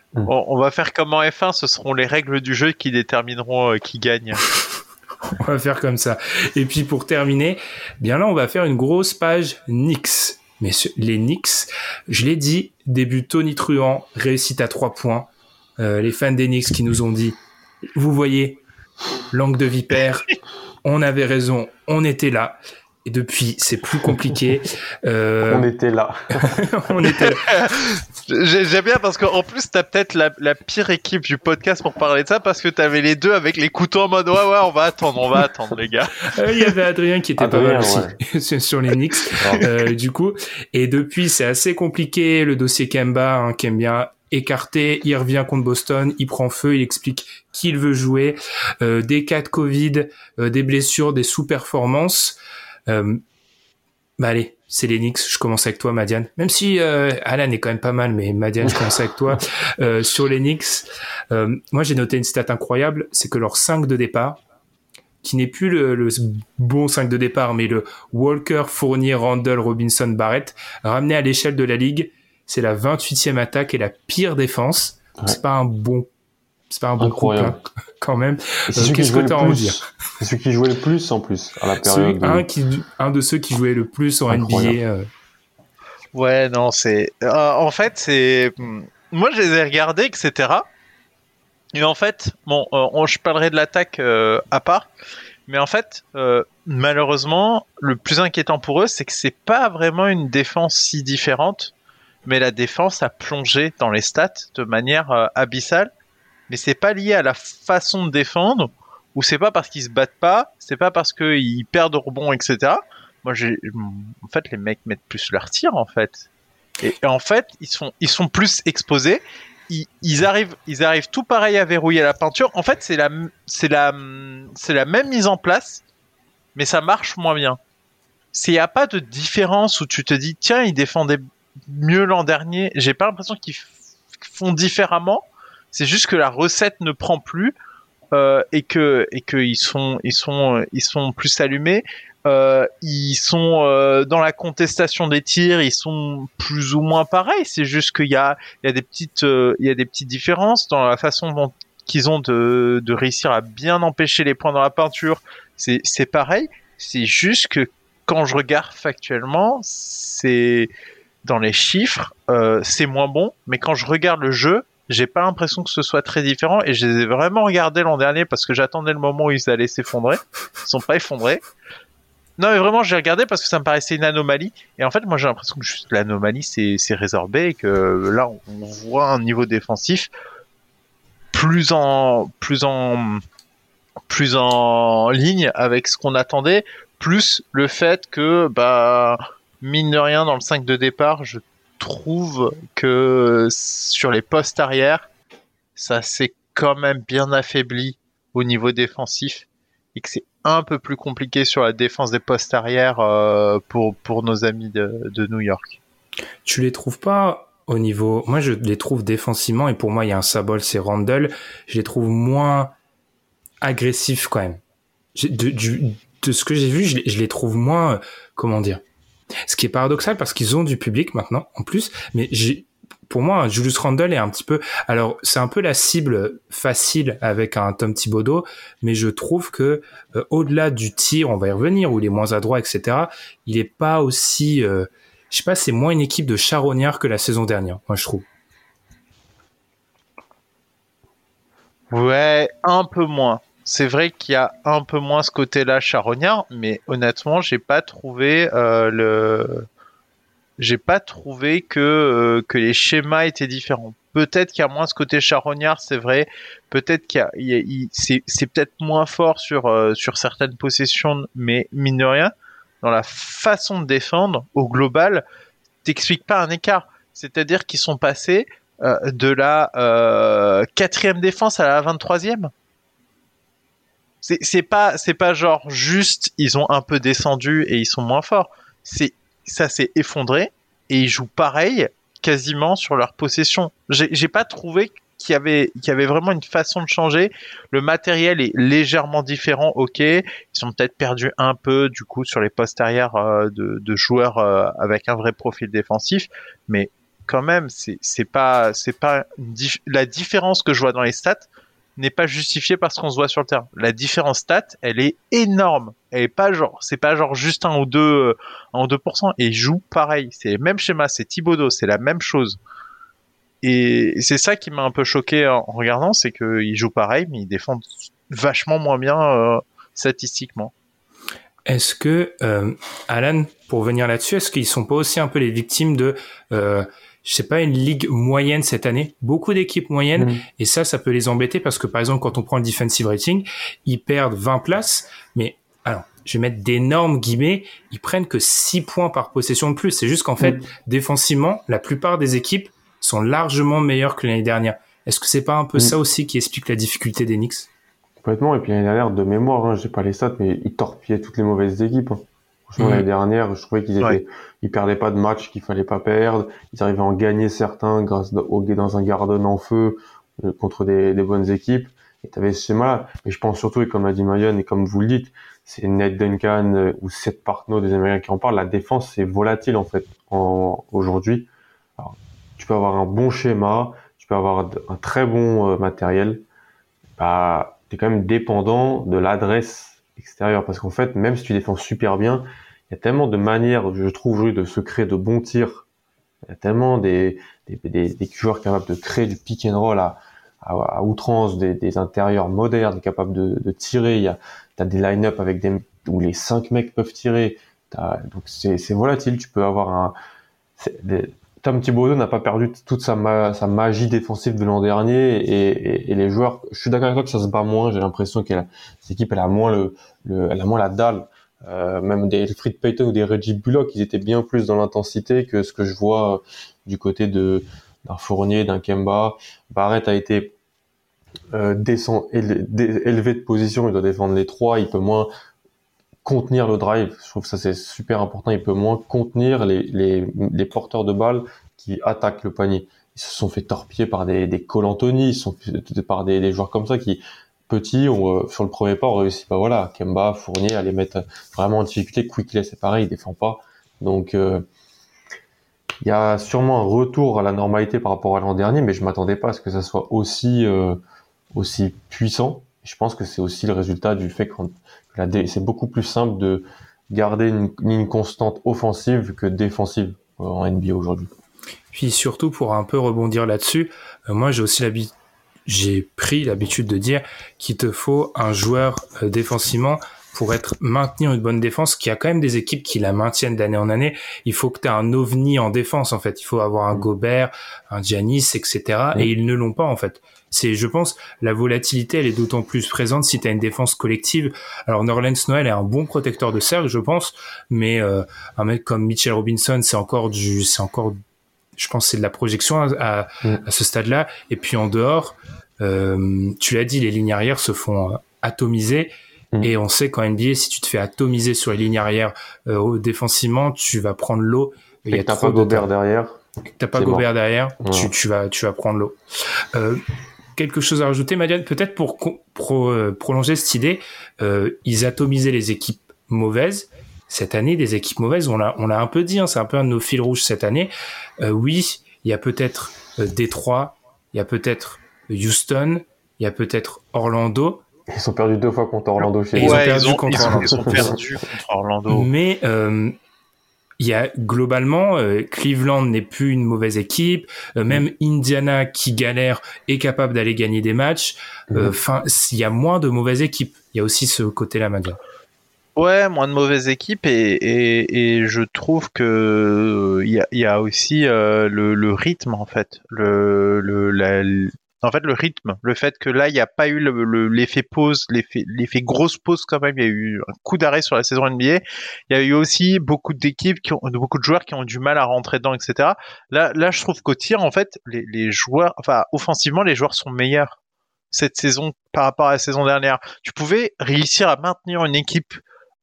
On va faire comme en F1, ce seront les règles du jeu qui détermineront qui gagne. On va faire comme ça. Et puis pour terminer, bien là, on va faire une grosse page Knicks. Mais les Knicks, je l'ai dit, début Tony Truant, réussite à 3 points. Les fans des Knicks qui nous ont dit, vous voyez, langue de vipère, on avait raison, on était là. Et depuis, c'est plus compliqué. On était là. On était là. J'aime bien parce qu'en plus, t'as peut-être la pire équipe du podcast pour parler de ça parce que t'avais les deux avec les couteaux en mode ouais, on va attendre, les gars. Il y avait Adrien qui était pas mal aussi sur les Knicks, du coup. Et depuis, c'est assez compliqué. Le dossier Kemba, qui aime bien écarté, il revient contre Boston, il prend feu, il explique qu'il veut jouer, des cas de Covid, des blessures, des sous-performances. Allez, c'est les Knicks, je commence avec toi Madiane, même si Alan est quand même pas mal, mais Madiane, je commence avec toi. Sur les Knicks, moi j'ai noté une stat incroyable, c'est que leur 5 de départ, qui n'est plus le bon 5 de départ, mais le Walker, Fournier, Randle, Robinson, Barrett, ramené à l'échelle de la ligue, c'est la 28e attaque et la pire défense. Ouais. C'est pas un bon groupe, hein, quand même. Qu'est-ce que t'as à en dire? C'est celui qui jouait le plus, en plus, à la période. Un de ceux qui jouait le plus en NBA. Ouais, non, c'est... en fait, c'est... Moi, je les ai regardés, etc. Et en fait, bon, je parlerai de l'attaque à part. Mais en fait, malheureusement, le plus inquiétant pour eux, c'est que c'est pas vraiment une défense si différente. Mais la défense a plongé dans les stats de manière abyssale. Mais c'est pas lié à la façon de défendre, ou c'est pas parce qu'ils se battent pas, c'est pas parce qu'ils perdent au rebond, etc. Moi, en fait, les mecs mettent plus leur tir, en fait. Et en fait, ils sont plus exposés. Ils arrivent tout pareil à verrouiller la peinture. En fait, c'est la même mise en place, mais ça marche moins bien. Il y a pas de différence où tu te dis, tiens, ils défendaient mieux l'an dernier. J'ai pas l'impression qu'ils font différemment. C'est juste que la recette ne prend plus et que ils sont plus allumés. Ils sont dans la contestation des tirs, ils sont plus ou moins pareils. C'est juste qu'il y a des petites différences dans la façon dont qu'ils ont de réussir à bien empêcher les points dans la peinture. C'est pareil. C'est juste que quand je regarde factuellement, c'est dans les chiffres, c'est moins bon. Mais quand je regarde le jeu, j'ai pas l'impression que ce soit très différent et je les ai vraiment regardés l'an dernier parce que j'attendais le moment où ils allaient s'effondrer. Ils sont pas effondrés. Non mais vraiment j'ai regardé parce que ça me paraissait une anomalie et en fait moi j'ai l'impression que juste l'anomalie c'est résorbé et que là on voit un niveau défensif plus en ligne avec ce qu'on attendait, plus le fait que mine de rien dans le 5 de départ je trouve que sur les postes arrière, ça s'est quand même bien affaibli au niveau défensif et que c'est un peu plus compliqué sur la défense des postes arrière pour nos amis de New York. Tu les trouves pas au niveau... Moi, je les trouve défensivement et pour moi, il y a un symbole, c'est Randle. Je les trouve moins agressifs quand même. De ce que j'ai vu, je les trouve moins... comment dire ? Ce qui est paradoxal parce qu'ils ont du public maintenant, en plus. Mais pour moi, Julius Randle est un petit peu... Alors, c'est un peu la cible facile avec un Tom Thibodeau, mais je trouve que au-delà du tir, on va y revenir, où il est moins adroit, etc., il est pas aussi... je sais pas, c'est moins une équipe de charognards que la saison dernière, moi, je trouve. Ouais, un peu moins. C'est vrai qu'il y a un peu moins ce côté-là charognard, mais honnêtement, j'ai pas trouvé que les schémas étaient différents. Peut-être qu'il y a moins ce côté charognard, c'est vrai. Peut-être c'est peut-être moins fort sur certaines possessions, mais mine de rien, dans la façon de défendre au global, t'expliques pas un écart. C'est-à-dire qu'ils sont passés de la 4e défense à la 23e. C'est pas genre juste ils ont un peu descendu et ils sont moins forts. Ça s'est effondré et ils jouent pareil quasiment sur leur possession. J'ai pas trouvé qu'il y avait vraiment une façon de changer. Le matériel est légèrement différent, ok. Ils ont peut-être perdu un peu du coup sur les postes arrière de joueurs avec un vrai profil défensif, mais quand même, c'est pas la différence que je vois dans les stats n'est pas justifiée par ce qu'on se voit sur le terrain. La différence stat, elle est énorme. Elle est pas c'est pas genre juste 1 ou 2, 1 ou 2%. Et ils jouent pareil. C'est le même schéma, c'est Thibodeau, c'est la même chose. Et c'est ça qui m'a un peu choqué en regardant, c'est qu'ils jouent pareil, mais ils défendent vachement moins bien statistiquement. Est-ce que, Alan, pour venir là-dessus, est-ce qu'ils sont pas aussi un peu les victimes de, je sais pas, une ligue moyenne cette année, beaucoup d'équipes moyennes, et ça peut les embêter parce que par exemple quand on prend le defensive rating, ils perdent 20 places, mais alors je vais mettre d'énormes guillemets, ils prennent que 6 points par possession de plus. C'est juste qu'en fait, défensivement, la plupart des équipes sont largement meilleures que l'année dernière. Est-ce que c'est pas un peu ça aussi qui explique la difficulté des Knicks? Complètement, et puis l'année dernière, de mémoire, j'ai pas les stats, mais ils torpillaient toutes les mauvaises équipes. Franchement, l'année dernière, je trouvais ils perdaient pas de matchs qu'il fallait pas perdre. Ils arrivaient à en gagner certains dans un Garden en feu contre des bonnes équipes. Et t'avais ce schéma-là. Mais je pense surtout, et comme l'a dit Mayon, et comme vous le dites, c'est Nate Duncan ou Seth Partnow des Américains qui en parlent. La défense, c'est volatile, en fait, aujourd'hui. Alors, tu peux avoir un bon schéma, tu peux avoir un très bon matériel. T'es quand même dépendant de l'adresse extérieure, parce qu'en fait, même si tu défends super bien, il y a tellement de manières, je trouve, de se créer de bons tirs. Il y a tellement des joueurs capables de créer du pick and roll à outrance, des intérieurs modernes capables de tirer. T'as des line-up avec où les 5 mecs peuvent tirer. Donc c'est volatile. Tu peux avoir Tom Thibodeau n'a pas perdu toute sa magie défensive de l'an dernier et les joueurs, je suis d'accord avec toi que ça se bat moins. J'ai l'impression que cette équipe, elle a moins elle a moins la dalle. Même des Elfrid Payton ou des Reggie Bullock, ils étaient bien plus dans l'intensité que ce que je vois du côté d'un Fournier, d'un Kemba. Barrett a été élevé de position, il doit défendre les 3, il peut moins contenir le drive. Je trouve que ça c'est super important. Il peut moins contenir les porteurs de balles qui attaquent le panier. Ils se sont fait torpiller par des Cole Anthony, ils se sont fait par des joueurs comme ça qui petits sur le premier pas ont réussi. Kemba, Fournier à les mettre vraiment en difficulté. Quickley c'est pareil, il défend pas. Donc il y a sûrement un retour à la normalité par rapport à l'an dernier, mais je m'attendais pas à ce que ça soit aussi puissant. Je pense que c'est aussi le résultat du fait que c'est beaucoup plus simple de garder une ligne constante offensive que défensive en NBA aujourd'hui. Puis surtout, pour un peu rebondir là-dessus, moi j'ai pris l'habitude de dire qu'il te faut un joueur défensivement pour maintenir une bonne défense, qu'il y a quand même des équipes qui la maintiennent d'année en année. Il faut que tu aies un ovni en défense, en fait. Il faut avoir un Gobert, un Giannis, etc. Et ils ne l'ont pas, en fait. Je pense, la volatilité, elle est d'autant plus présente si tu as une défense collective. Alors, Nerlens Noel est un bon protecteur de cercle, je pense, mais un mec comme Mitchell Robinson, je pense que c'est de la projection à ce stade-là. Et puis en dehors, tu l'as dit, les lignes arrières se font atomiser. Et on sait qu'en NBA, si tu te fais atomiser sur les lignes arrières défensivement, tu vas prendre l'eau. Et t'as pas Gobert derrière. T'as pas Gobert derrière, tu vas prendre l'eau. Quelque chose à rajouter, Madiane, peut-être pour prolonger cette idée, ils atomisaient les équipes mauvaises. Cette année, des équipes mauvaises, on l'a un peu dit, c'est un peu un de nos fils rouges cette année. Oui, il y a peut-être Détroit, il y a peut-être Houston, il y a peut-être Orlando. Ils sont perdus 2 fois contre Orlando chez eux. Ils ont perdu contre Orlando. Mais il y a globalement Cleveland n'est plus une mauvaise équipe, même Indiana qui galère est capable d'aller gagner des matchs. Il y a moins de mauvaises équipes. Il y a aussi ce côté-là, Madiane. Ouais, moins de mauvaises équipes et je trouve que il y a aussi le rythme en fait, en fait le rythme, le fait que là il n'y a pas eu l'effet pause, l'effet grosse pause quand même, il y a eu un coup d'arrêt sur la saison NBA. Il y a eu aussi beaucoup d'équipes beaucoup de joueurs qui ont du mal à rentrer dedans, etc. Là je trouve qu'au tir en fait les joueurs, enfin offensivement les joueurs sont meilleurs cette saison par rapport à la saison dernière. Tu pouvais réussir à maintenir une équipe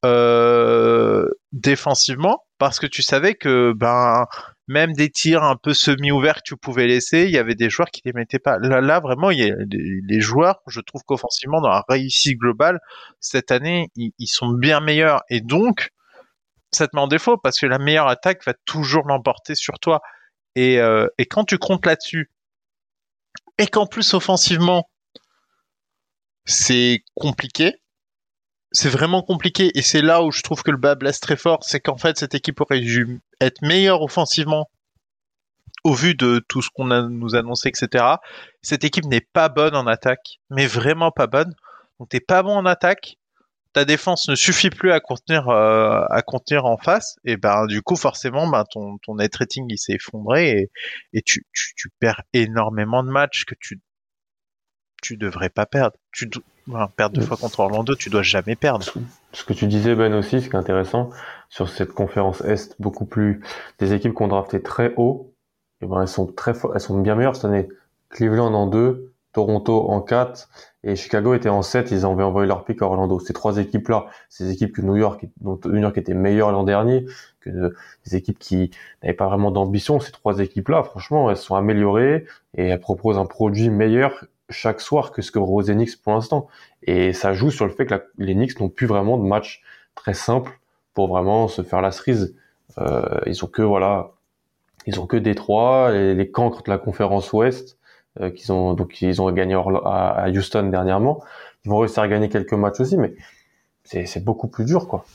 défensivement parce que tu savais que même des tirs un peu semi-ouverts que tu pouvais laisser, il y avait des joueurs qui les mettaient pas. Là vraiment, il y a les joueurs, je trouve qu'offensivement dans la réussite globale cette année, ils sont bien meilleurs et donc ça te met en défaut parce que la meilleure attaque va toujours l'emporter sur toi. Et quand tu comptes là-dessus, et qu'en plus offensivement, c'est compliqué, c'est vraiment compliqué, et c'est là où je trouve que le bas blesse très fort, c'est qu'en fait cette équipe aurait dû être meilleure offensivement au vu de tout ce qu'on nous annoncé, etc. Cette équipe n'est pas bonne en attaque, mais vraiment pas bonne. Donc t'es pas bon en attaque, ta défense ne suffit plus à contenir en face, et ben du coup forcément ben ton net rating il s'est effondré et tu perds énormément de matchs que tu devrais pas perdre. Perdre 2 fois contre Orlando, tu dois jamais perdre. Ce que tu disais Ben aussi, ce qui est intéressant sur cette conférence Est, beaucoup plus des équipes qu'on drafté très haut, et ben elles sont bien meilleures cette année. Cleveland en 2, Toronto en 4 et Chicago était en 7, ils avaient envoyé leur pick à Orlando. Ces trois équipes-là, ces équipes que New York était meilleur l'an dernier, des équipes qui n'avaient pas vraiment d'ambition, ces trois équipes-là, franchement, elles sont améliorées et elles proposent un produit meilleur chaque soir que ce que proposent les Knicks pour l'instant. Et ça joue sur le fait que les Knicks n'ont plus vraiment de match très simple pour vraiment se faire la cerise. Ils ont que Détroit, les cancres de la conférence Ouest, ils ont gagné à Houston dernièrement. Ils vont réussir à gagner quelques matchs aussi, mais c'est beaucoup plus dur, quoi.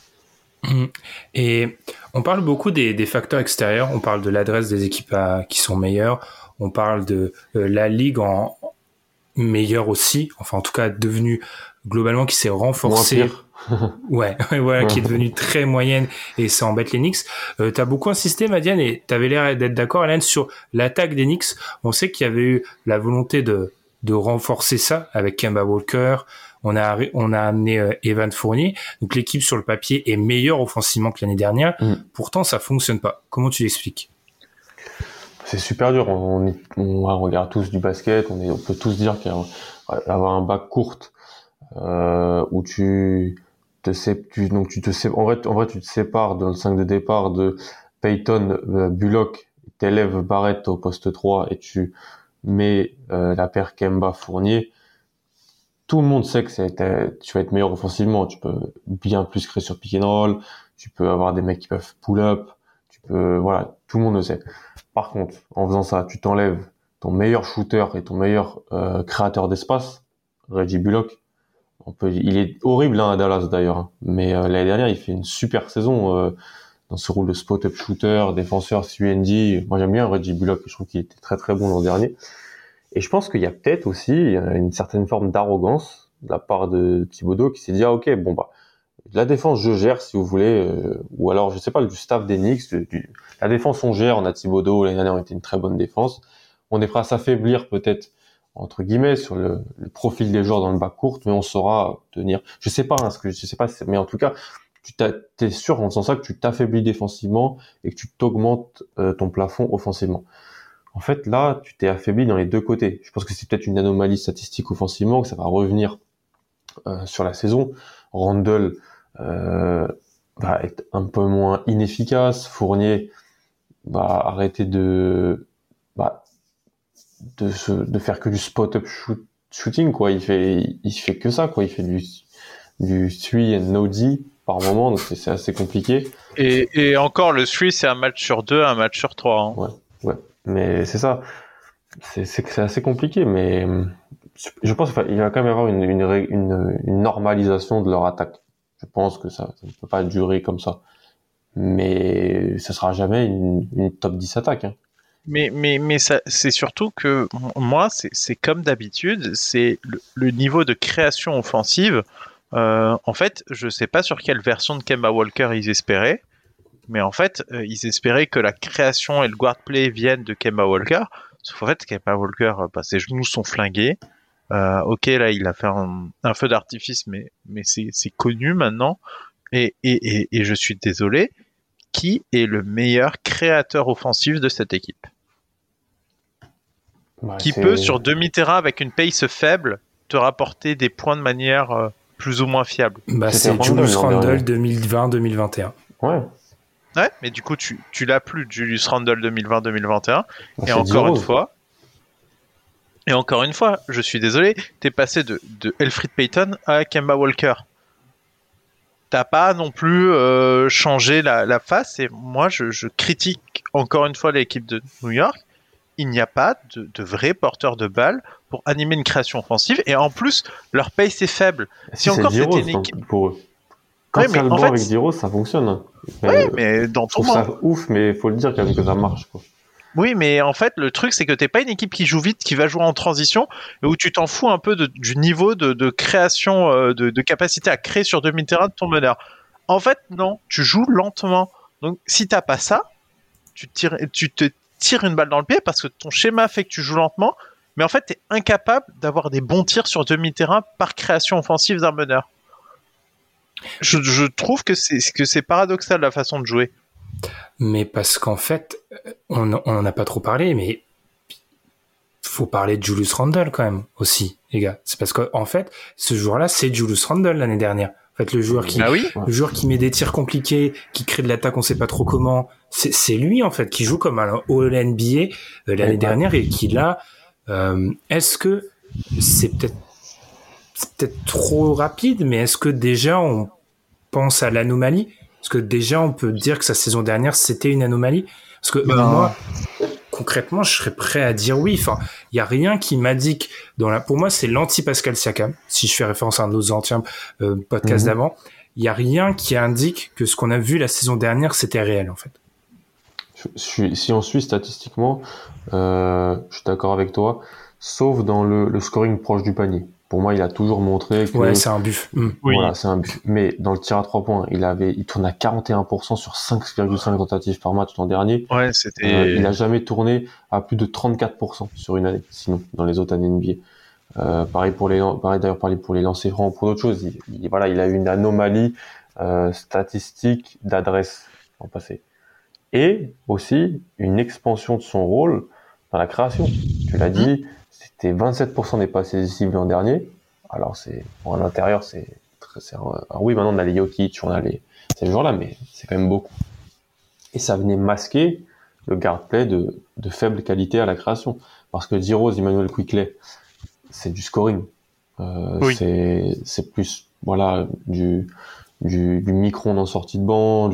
Et on parle beaucoup des facteurs extérieurs. On parle de l'adresse des équipes qui sont meilleures. On parle de la ligue en meilleure aussi. Enfin, en tout cas, devenue globalement qui s'est renforcée. Ouais, voilà, qui est devenue très moyenne et ça embête les Knicks. T'as beaucoup insisté, Madiane, et t'avais l'air d'être d'accord, Hélène, sur l'attaque des Knicks. On sait qu'il y avait eu la volonté de renforcer ça avec Kemba Walker. On a amené Evan Fournier. Donc l'équipe sur le papier est meilleure offensivement que l'année dernière. Pourtant, ça fonctionne pas. Comment tu l'expliques? C'est super dur. On regarde tous du basket. On peut tous dire qu'avoir un bac courte où tu te sépares dans le 5 de départ de Payton, Bullock, t'élèves Barrett au poste 3 et tu mets la paire Kemba Fournier. Tout le monde sait que tu vas être meilleur offensivement. Tu peux bien plus créer sur pick and roll. Tu peux avoir des mecs qui peuvent pull up. Tout le monde le sait. Par contre, en faisant ça, tu t'enlèves ton meilleur shooter et ton meilleur créateur d'espace, Reggie Bullock. Il est horrible à Dallas d'ailleurs, mais l'année dernière il fait une super saison dans ce rôle de spot-up shooter, défenseur, CUND. Moi j'aime bien Reggie Bullock, je trouve qu'il était très très bon l'an dernier. Et je pense qu'il y a peut-être aussi une certaine forme d'arrogance de la part de Thibodeau qui s'est dit ok la défense je gère si vous voulez, ou alors je sais pas du staff des Knicks, la défense on gère, on a Thibodeau, l'année dernière on était une très bonne défense, on est prêt à s'affaiblir peut-être entre guillemets sur le profil des joueurs dans le bas court, mais on saura tenir. Je sais pas, mais en tout cas, t'es sûr en faisant ça que tu t'affaiblis défensivement et que tu t'augmentes ton plafond offensivement. En fait, là, tu t'es affaibli dans les deux côtés. Je pense que c'est peut-être une anomalie statistique offensivement, que ça va revenir sur la saison. Randle va être un peu moins inefficace. Fournier va arrêter de faire que du spot-up shooting, quoi. Il fait que ça, quoi. Il fait du 3 and no D par moment, donc c'est assez compliqué. Et encore, le 3, c'est un match sur 2, un match sur 3. Hein. Ouais. Mais c'est ça. C'est assez compliqué, mais je pense qu'il va quand même y avoir une normalisation de leur attaque. Je pense que ça ne peut pas durer comme ça. Mais ça sera jamais une top 10 attaque, hein. Mais ça, c'est surtout que moi, c'est comme d'habitude, c'est le niveau de création offensive. En fait, je sais pas sur quelle version de Kemba Walker ils espéraient, mais en fait, ils espéraient que la création et le guard play viennent de Kemba Walker. Sauf en fait, Kemba Walker, ses genoux sont flingués. Ok, là, il a fait un feu d'artifice, mais c'est connu maintenant. Et je suis désolé. Qui est le meilleur créateur offensif de cette équipe? Qui peut, sur demi-terrain, avec une pace faible, te rapporter des points de manière plus ou moins fiable? C'est Julius Randle 2020-2021. Ouais, mais du coup, tu l'as plus, Julius Randle 2020-2021. Et encore une fois, je suis désolé, t'es passé de Elfrid Payton à Kemba Walker. t'as pas non plus changé la face. Et moi, je critique encore une fois l'équipe de New York. Il n'y a pas de vrais porteurs de balles pour animer une création offensive. Et en plus, leur pace est faible. Si encore c'était une équipe pour eux. Quand il y a le banc avec Diros, ça fonctionne. Mais dans tout le monde. Je trouve ça ouf, mais il faut le dire quand même que ça marche, quoi. Oui, mais en fait, le truc, c'est que t'es pas une équipe qui joue vite, qui va jouer en transition, et où tu t'en fous un peu du niveau de création, de capacité à créer sur demi-terrain de ton meneur. En fait, non, tu joues lentement. Donc, si t'as pas ça, tu te tires une balle dans le pied parce que ton schéma fait que tu joues lentement, mais en fait, t'es incapable d'avoir des bons tirs sur demi-terrain par création offensive d'un meneur. Je trouve que c'est paradoxal la façon de jouer. Mais parce qu'en fait, on n'en a pas trop parlé, mais faut parler de Julius Randle quand même aussi, les gars. C'est parce qu'en fait, ce joueur-là, c'est Julius Randle l'année dernière. En fait, le joueur qui met des tirs compliqués, qui crée de l'attaque, on sait pas trop comment. C'est lui en fait qui joue comme un All-NBA l'année dernière et qui là. Est-ce que c'est peut-être trop rapide, mais est-ce que déjà on pense à l'anomalie? Parce que déjà, on peut dire que sa saison dernière, c'était une anomalie. Parce que moi, concrètement, je serais prêt à dire oui. Enfin, il y a rien qui m'indique pour moi, c'est l'anti-Pascal Siakam. Si je fais référence à un de nos anciens podcasts d'avant, il y a rien qui indique que ce qu'on a vu la saison dernière, c'était réel, en fait. Si on suit statistiquement, je suis d'accord avec toi, sauf dans le scoring proche du panier. Pour moi, il a toujours montré que... Ouais, c'est un buff. Voilà, oui. C'est un buff. Mais dans le tir à 3 points, il tourne à 41% sur 5,5 tentatives par match l'an dernier. Ouais, c'était... il a jamais tourné à plus de 34% sur une année, sinon, dans les autres années NBA. Pareil d'ailleurs pour les lancers francs, pour d'autres choses. Il a eu une anomalie statistique d'adresse en passé. Et aussi, une expansion de son rôle dans la création. Tu l'as dit, c'était 27% des passes décisives l'an dernier. Alors, à l'intérieur, oui, maintenant, on a les Jokic, on a ces joueurs-là, mais c'est quand même beaucoup. Et ça venait masquer le guard play de faible qualité à la création. Parce que D-Rose, Immanuel Quickley, c'est du scoring. C'est plus, du micro en sortie de banc,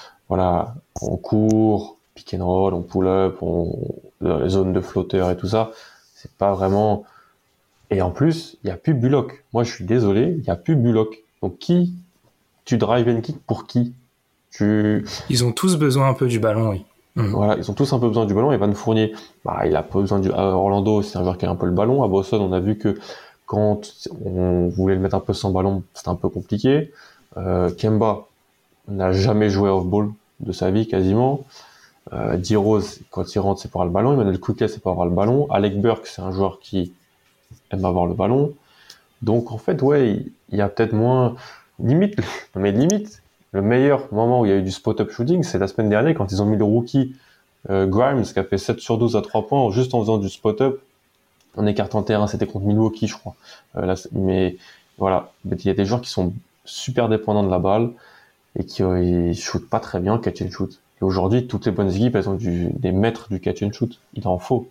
on court, pick and roll, on pull up, dans les zones de flotteurs et tout ça. C'est pas vraiment... Et en plus, il n'y a plus Bullock. Moi, je suis désolé, il n'y a plus Bullock. Donc, tu drive and kick pour qui? Ils ont tous besoin un peu du ballon, oui. Voilà, ils ont tous un peu besoin du ballon. Et Van Fournier, il a pas besoin à Orlando, c'est un joueur qui a un peu le ballon. À Boston, on a vu que quand on voulait le mettre un peu sans ballon, c'était un peu compliqué. Kemba n'a jamais joué off-ball de sa vie, quasiment. D-Rose, quand il rentre, c'est pour avoir le ballon. Emmanuel Quickley, c'est pour avoir le ballon. Alec Burks, c'est un joueur qui aime avoir le ballon. Donc, en fait, il y a peut-être moins... Limite, le meilleur moment où il y a eu du spot-up shooting, c'est la semaine dernière, quand ils ont mis le rookie Grimes, qui a fait 7 sur 12 à 3 points, juste en faisant du spot-up, en écartant terrain. C'était contre Milwaukee, je crois. Mais voilà, il y a des joueurs qui sont super dépendants de la balle et qui shootent pas très bien, catch and shoot. Et aujourd'hui, toutes les bonnes équipes, elles ont des maîtres du catch and shoot. Il en faut.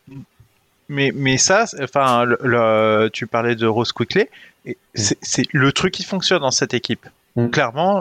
Mais ça, enfin, tu parlais de Rose Quickley, c'est le truc qui fonctionne dans cette équipe. Clairement,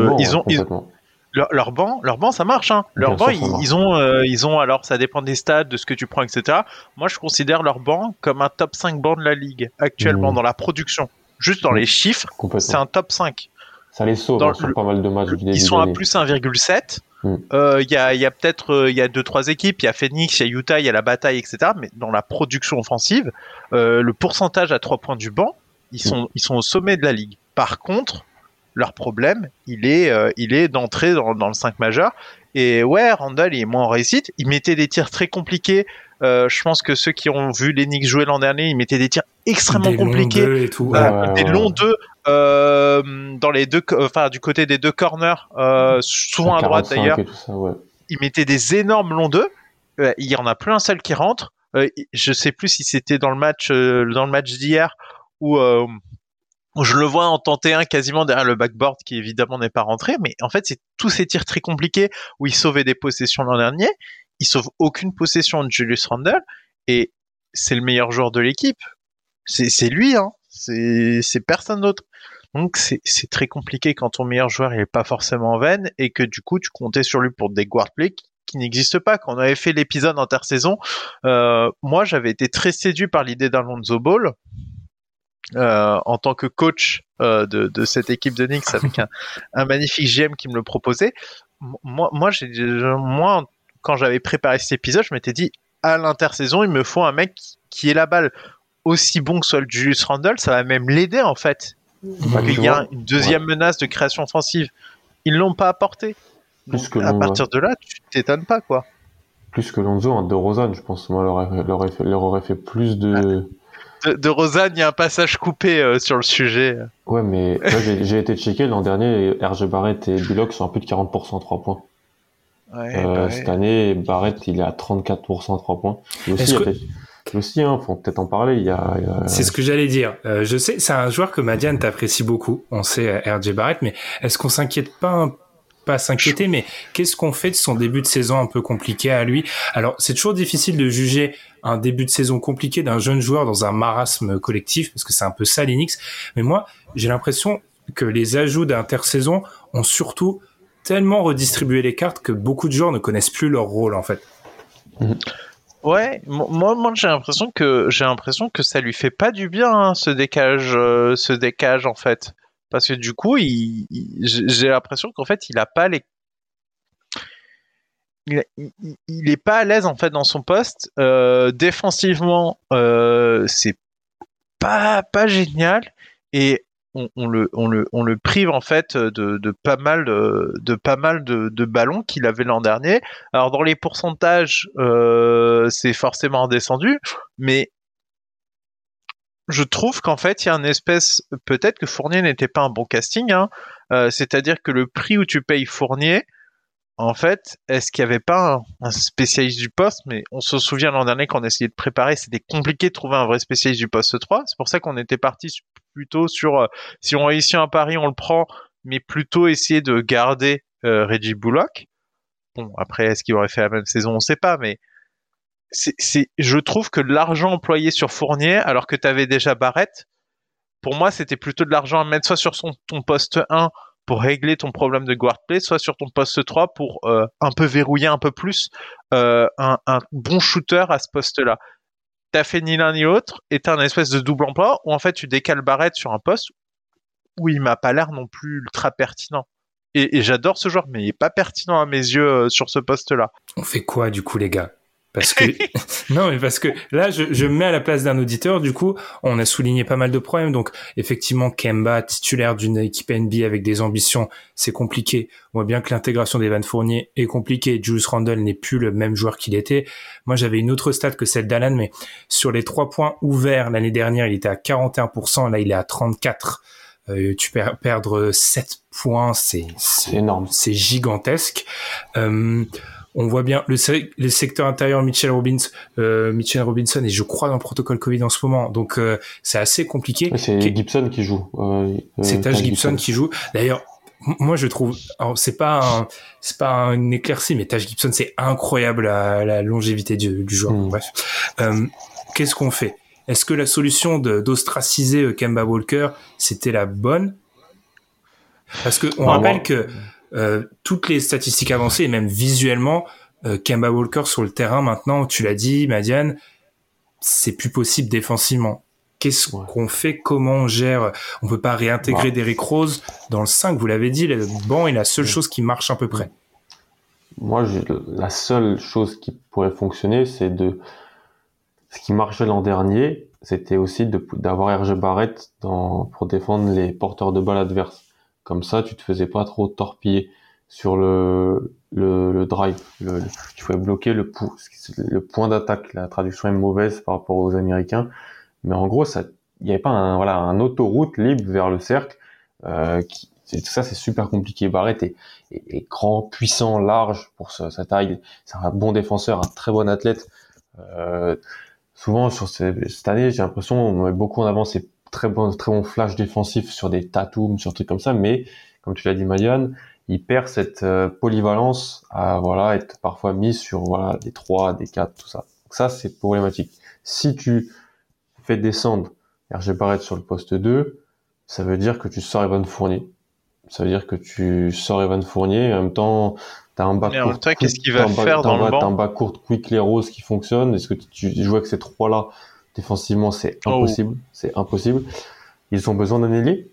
leur banc, ça marche. Hein. Leur banc, ils ont, alors ça dépend des stats, de ce que tu prends, etc. Moi, je considère leur banc comme un top 5 banc de la ligue actuellement dans la production. Juste dans les chiffres, c'est un top 5. Ça les sauve sur pas mal de matchs. Ils sont à plus 1,7. Il y a peut-être 2-3 équipes, il y a Phoenix, il y a Utah, il y a la bataille, etc. Mais dans la production offensive, le pourcentage à 3 points du banc, ils sont au sommet de la ligue. Par contre, leur problème, il est d'entrer dans le 5 majeur. Et ouais, Randall il est moins en réussite. Il mettait des tirs très compliqués. Je pense que ceux qui ont vu les Knicks jouer l'an dernier, ils mettaient des tirs extrêmement compliqués. Des longs 2 dans les deux, du côté des deux corners, souvent à droite d'ailleurs. Ils mettaient des énormes longs 2. Il y en a plus un seul qui rentre. Je sais plus si c'était dans le match d'hier où je le vois en tenter un quasiment derrière le backboard qui évidemment n'est pas rentré, mais en fait c'est tous ces tirs très compliqués où il sauvait des possessions l'an dernier, il sauve aucune possession de Julius Randle et c'est le meilleur joueur de l'équipe, c'est lui, hein, c'est personne d'autre. Donc c'est très compliqué quand ton meilleur joueur il est pas forcément en veine et que du coup tu comptais sur lui pour des guard play qui n'existent pas. Quand on avait fait l'épisode intersaison, moi j'avais été très séduit par l'idée d'un Lonzo Ball en tant que coach de cette équipe de Knicks avec un magnifique GM qui me le proposait. Moi, quand j'avais préparé cet épisode, je m'étais dit à l'intersaison il me faut un mec qui ait la balle. Aussi bon que soit le Julius Randle, ça va même l'aider en fait. Il y a une deuxième menace de création offensive. Ils l'ont pas apporté. Donc, à partir de là, tu t'étonnes pas quoi. Plus que Lonzo, un DeRozan, je pense, moi, leur aurait fait plus de. De Rosanne, il y a un passage coupé sur le sujet. Ouais, mais là, j'ai été checké l'an dernier, RJ Barrett et Bullock sont à plus de 40% à 3 points. Ouais, cette année, Barrett, il est à 34% à 3 points. Et aussi, faut peut-être en parler. C'est ce que j'allais dire. Je sais, c'est un joueur que Madiane t'apprécie beaucoup. On sait RJ Barrett, mais est-ce qu'on s'inquiète pas s'inquiéter, mais qu'est-ce qu'on fait de son début de saison un peu compliqué à lui? Alors, c'est toujours difficile de juger un début de saison compliqué d'un jeune joueur dans un marasme collectif, parce que c'est un peu ça l'Enix. Mais moi, j'ai l'impression que les ajouts d'intersaison ont surtout tellement redistribué les cartes que beaucoup de joueurs ne connaissent plus leur rôle, en fait. Ouais, moi j'ai l'impression que ça lui fait pas du bien hein, ce décalage en fait, parce que du coup j'ai l'impression qu'en fait il a pas les il est pas à l'aise en fait dans son poste défensivement c'est pas génial et on le prive en fait de pas mal de ballons qu'il avait l'an dernier. Alors dans les pourcentages, c'est forcément descendu, mais je trouve qu'en fait il y a une espèce, peut-être que Fournier n'était pas un bon casting, hein, c'est-à-dire que le prix où tu payes Fournier, en fait, est-ce qu'il n'y avait pas un spécialiste du poste? Mais on se souvient l'an dernier quand on essayait de préparer, c'était compliqué de trouver un vrai spécialiste du poste 3. C'est pour ça qu'on était parti plutôt sur, si on réussit un pari, on le prend, mais plutôt essayer de garder Reggie Bullock. Bon, après, est-ce qu'il aurait fait la même saison? On ne sait pas, mais je trouve que l'argent employé sur Fournier, alors que tu avais déjà Barrett, pour moi, c'était plutôt de l'argent à mettre soit sur ton poste 1 pour régler ton problème de guard play, soit sur ton poste 3 pour un peu verrouiller un peu plus un bon shooter à ce poste-là. T'as fait ni l'un ni l'autre et t'as un espèce de double emploi où en fait tu décales Barrett sur un poste où il m'a pas l'air non plus ultra pertinent. Et j'adore ce joueur, mais il est pas pertinent à mes yeux sur ce poste-là. On fait quoi du coup les gars? Parce que non, mais parce que là, je me mets à la place d'un auditeur. Du coup, on a souligné pas mal de problèmes. Donc, effectivement, Kemba, titulaire d'une équipe NBA avec des ambitions, c'est compliqué. On voit bien que l'intégration d'Evan Fournier est compliquée. Julius Randle n'est plus le même joueur qu'il était. Moi, j'avais une autre stat que celle d'Alan, mais sur les 3 points ouverts l'année dernière, il était à 41%. Là, il est à 34%. Tu perdre 7 points, c'est énorme. C'est gigantesque. On voit bien le secteur intérieur Mitchell Robinson et je crois dans le protocole Covid en ce moment, donc c'est assez compliqué. C'est Gibson qui joue. C'est Taj Gibson qui joue. D'ailleurs, moi je trouve, alors c'est pas un éclairci, mais Taj Gibson c'est incroyable la longévité du joueur. Bref, qu'est-ce qu'on fait? Est-ce que la solution d'ostraciser Kemba Walker c'était la bonne? Parce que on rappelle que toutes les statistiques avancées et même visuellement, Kemba Walker sur le terrain maintenant, tu l'as dit, Madiane, c'est plus possible défensivement. Qu'est-ce qu'on fait? Comment on gère? On peut pas réintégrer Derrick Rose dans le 5, vous l'avez dit, le banc est la seule chose qui marche à peu près. Moi, la seule chose qui pourrait fonctionner, c'est ce qui marchait l'an dernier, c'était aussi d'avoir RJ Barrett pour défendre les porteurs de balle adverses. Comme ça, tu te faisais pas trop torpiller sur le drive. Tu pouvais bloquer le point d'attaque. La traduction est mauvaise par rapport aux Américains. Mais en gros, il n'y avait pas un autoroute libre vers le cercle. Ça, c'est super compliqué. Barrett est grand, puissant, large pour sa taille. C'est un bon défenseur, un très bon athlète. Souvent, sur cette année, j'ai l'impression on met beaucoup en avant ses très bon flash défensif sur des Tatum, sur des trucs comme ça, mais comme tu l'as dit, Madiane, il perd cette polyvalence à être parfois mis sur des 3, des 4, tout ça. Donc ça, c'est problématique. Si tu fais descendre RJ Barrett sur le poste 2, ça veut dire que tu sors Evan Fournier. Ça veut dire que tu sors Evan Fournier et en même temps, t'as un backcourt. Et en même temps, qu'est-ce qu'il va faire dans le banc? T'as un backcourt Quickly Rose qui fonctionne. Est-ce que tu joues avec ces trois-là défensivement? C'est impossible. C'est impossible. Ils ont besoin d'un ailier.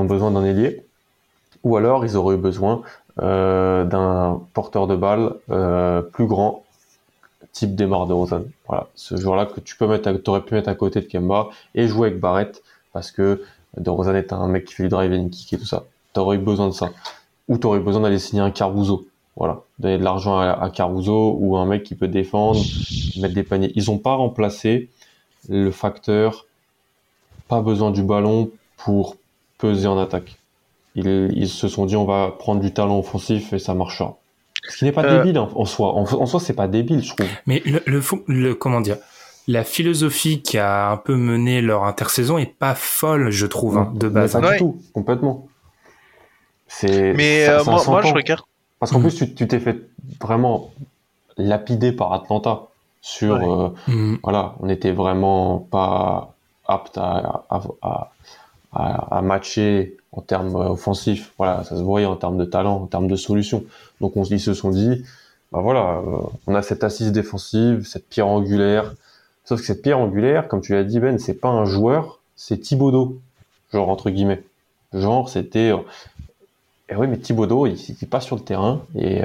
Ou alors, ils auraient eu besoin d'un porteur de balle plus grand, type DeMar DeRozan. Voilà, ce joueur-là que t'aurais pu mettre à côté de Kemba et jouer avec Barrett parce que DeRozan est un mec qui fait du drive and kick et tout ça. T'aurais eu besoin de ça. Ou t'aurais eu besoin d'aller signer un Caruso. Voilà, donner de l'argent à Caruso ou un mec qui peut défendre, mettre des paniers. Ils ont pas remplacé le facteur pas besoin du ballon pour peser en attaque. Ils se sont dit on va prendre du talent offensif et ça marchera. Ce qui n'est pas débile en soi. En soi, c'est pas débile, je trouve. Mais comment dire, la philosophie qui a un peu mené leur intersaison est pas folle, je trouve, de base. Pas du tout, complètement. Mais moi je regarde. Parce qu'en plus, tu t'es fait vraiment lapider par Atlanta sur, voilà, on n'était vraiment pas apte à matcher en termes offensifs. Voilà, ça se voyait en termes de talent, en termes de solutions. Donc ils se sont dit, bah voilà, on a cette assise défensive, cette pierre angulaire. Sauf que cette pierre angulaire, comme tu l'as dit Ben, c'est pas un joueur, c'est Thibodeau, genre entre guillemets. Genre c'était, et oui mais Thibodeau, il passe sur le terrain et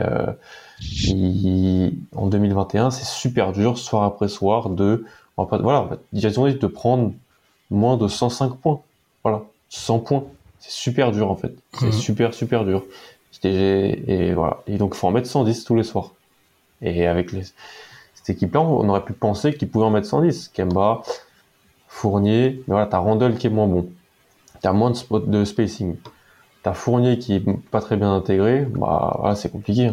en 2021, c'est super dur soir après soir ils ont dit de prendre moins de 105 points. Voilà, 100 points. C'est super dur en fait. C'est super dur. Et voilà. Et donc il faut en mettre 110 tous les soirs. Et avec cette équipe-là, on aurait pu penser qu'ils pouvaient en mettre 110. Kemba, Fournier, mais voilà, t'as Randle qui est moins bon. T'as moins de spacing. T'as Fournier qui est pas très bien intégré. Bah voilà, c'est compliqué.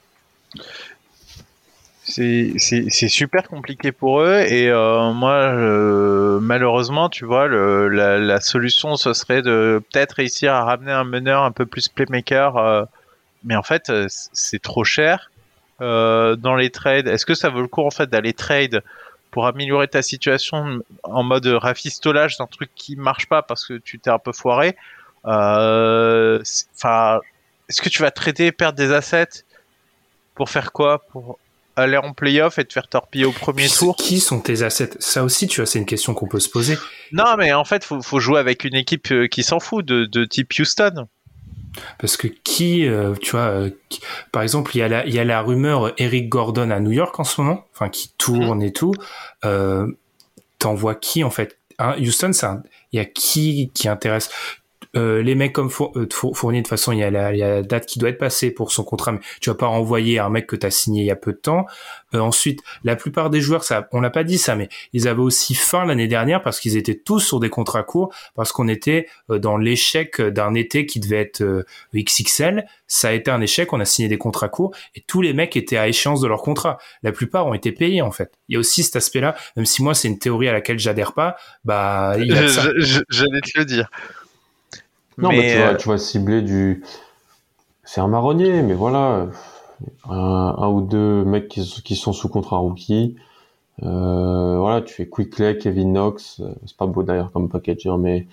C'est super compliqué pour eux et moi malheureusement tu vois la solution ce serait de peut-être réussir à ramener un meneur un peu plus playmaker mais en fait c'est trop cher dans les trades. Est-ce que ça vaut le coup en fait d'aller trade pour améliorer ta situation en mode rafistolage d'un truc qui marche pas parce que tu t'es un peu foiré? Enfin, est-ce que tu vas trader, perdre des assets pour faire quoi? Pour aller en playoff et te faire torpiller au premier tour. Qui sont tes assets? Ça aussi, tu vois, c'est une question qu'on peut se poser. Non, mais en fait, faut jouer avec une équipe qui s'en fout de type Houston. Parce que tu vois, par exemple, il y a la rumeur Eric Gordon à New York en ce moment, enfin qui tourne et tout. T'envoies qui en fait? Houston, il y a qui intéresse? Les mecs comme Fournier, de toute façon, il y a la date qui doit être passée pour son contrat, mais tu vas pas renvoyer un mec que t'as signé il y a peu de temps. Ensuite, la plupart des joueurs, on l'a pas dit ça, mais ils avaient aussi faim l'année dernière parce qu'ils étaient tous sur des contrats courts, parce qu'on était dans l'échec d'un été qui devait être XXL. Ça a été un échec, on a signé des contrats courts et tous les mecs étaient à échéance de leur contrat. La plupart ont été payés en fait. Il y a aussi cet aspect-là, même si moi c'est une théorie à laquelle j'adhère pas, bah il y a ça. J'allais te le dire. Non, mais tu vas cibler c'est un marronnier, mais voilà, un ou deux mecs qui sont sous contrat rookie. Voilà, tu fais Quickley, Kevin Knox, c'est pas beau d'ailleurs comme package, hein, mais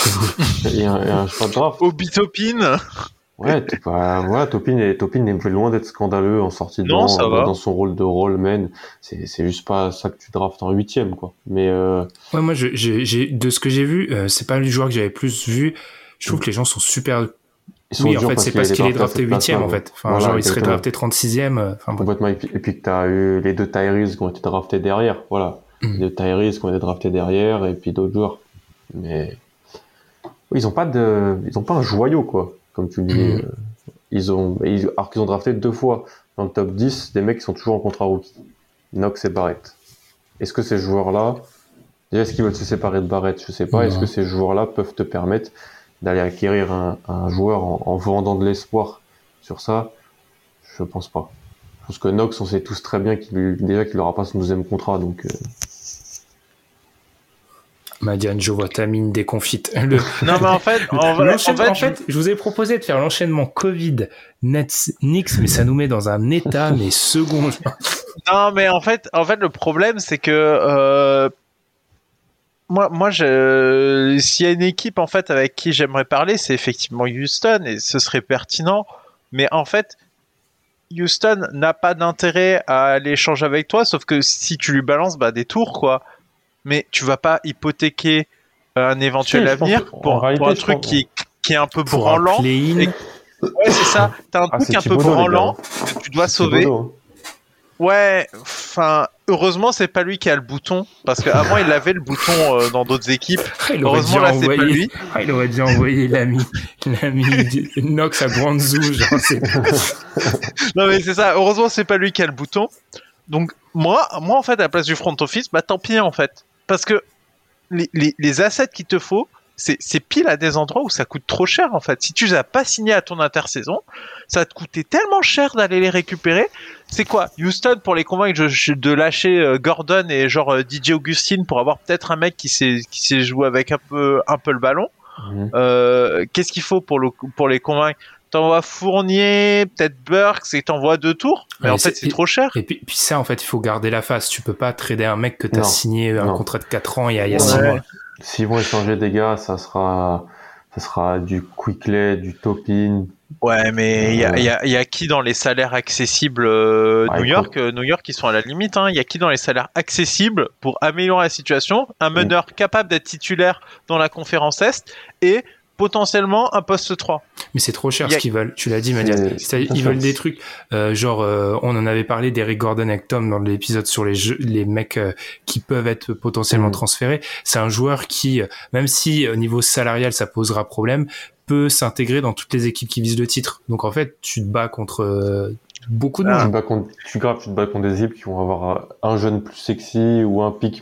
et un choix de draft. Obi Toppin. Ouais, voilà, Toppin est loin d'être scandaleux en sortie de banc, dans son rôle de rollman. C'est juste pas ça que tu draftes en 8e, quoi. Mais ouais, moi, de ce que j'ai vu, c'est pas le joueur que j'avais plus vu. Je trouve que les gens sont super. Oui, en fait, c'est parce qu'il est drafté 8e, en fait. Enfin, voilà, genre, il serait drafté 36e. Complètement. Et puis que t'as eu les deux Tyrese qui ont été draftés derrière. Voilà. Les deux Tyrese qui ont été draftés derrière, et puis d'autres joueurs. Mais, oui, ils ont pas un joyau, quoi. Comme tu le dis. Alors qu'ils ont drafté 2 fois dans le top 10 des mecs qui sont toujours en contrat rookie. Knox et Barrett. Est-ce que ces joueurs-là, déjà, est-ce qu'ils veulent se séparer de Barrett? Je sais pas. Est-ce que ces joueurs-là peuvent te permettre d'aller acquérir un joueur en vendant de l'espoir sur ça? Je pense pas. Parce que Knox, on sait tous très bien qu'il aura pas son 12e contrat, donc. Madiane, je vois ta mine déconfite. Non, mais en fait, je vous ai proposé de faire l'enchaînement Covid Nets Knicks, mais ça nous met dans un état mais second. Non, mais en fait, le problème c'est que s'il y a une équipe en fait avec qui j'aimerais parler, c'est effectivement Houston et ce serait pertinent. Mais en fait, Houston n'a pas d'intérêt à aller échanger avec toi, sauf que si tu lui balances des tours, quoi. Mais tu vas pas hypothéquer un éventuel avenir pour un truc qui est un peu branlant. Ouais, c'est ça. T'as un truc un peu branlant que tu dois sauver. Ouais, enfin, heureusement, c'est pas lui qui a le bouton, parce qu'avant, il avait le bouton dans d'autres équipes. Heureusement, là, c'est pas lui. Il aurait dû envoyer l'ami Nox à Guangzhou, genre, c'est... Non, mais c'est ça. Heureusement, c'est pas lui qui a le bouton. Donc, moi, en fait, à la place du front office, tant pis, en fait. Parce que les assets qu'il te faut, c'est pile à des endroits où ça coûte trop cher, en fait. Si tu les as pas signés à ton intersaison, ça va te coûter tellement cher d'aller les récupérer. C'est quoi, Houston, pour les convaincre de lâcher Gordon et genre DJ Augustine pour avoir peut-être un mec qui sait jouer avec un peu le ballon. Qu'est-ce qu'il faut pour les convaincre? T'envoies Fournier, peut-être Burks et t'envoies 2 tours. Mais en fait, c'est trop cher. Et puis ça, en fait, il faut garder la face. Tu peux pas trader un mec que t'as signé un contrat de 4 ans il y a 6 mois. S'ils vont échanger des gars, ça sera du Quickley, du Topin. Ouais, mais il y a qui dans les salaires accessibles New York, ils sont à la limite. Il y a qui dans les salaires accessibles pour améliorer la situation? Un meneur capable d'être titulaire dans la conférence Est et potentiellement un poste 3. Mais c'est trop cher ce qu'ils veulent. Tu l'as dit, Mathias. Ils veulent des trucs on en avait parlé d'Eric Gordon avec Tom dans l'épisode sur les mecs qui peuvent être potentiellement transférés. C'est un joueur qui, même si au niveau salarial ça posera problème, peut s'intégrer dans toutes les équipes qui visent le titre. Donc en fait, tu te bats contre beaucoup de monde. Tu te bats contre des équipes qui vont avoir un jeune plus sexy ou un pick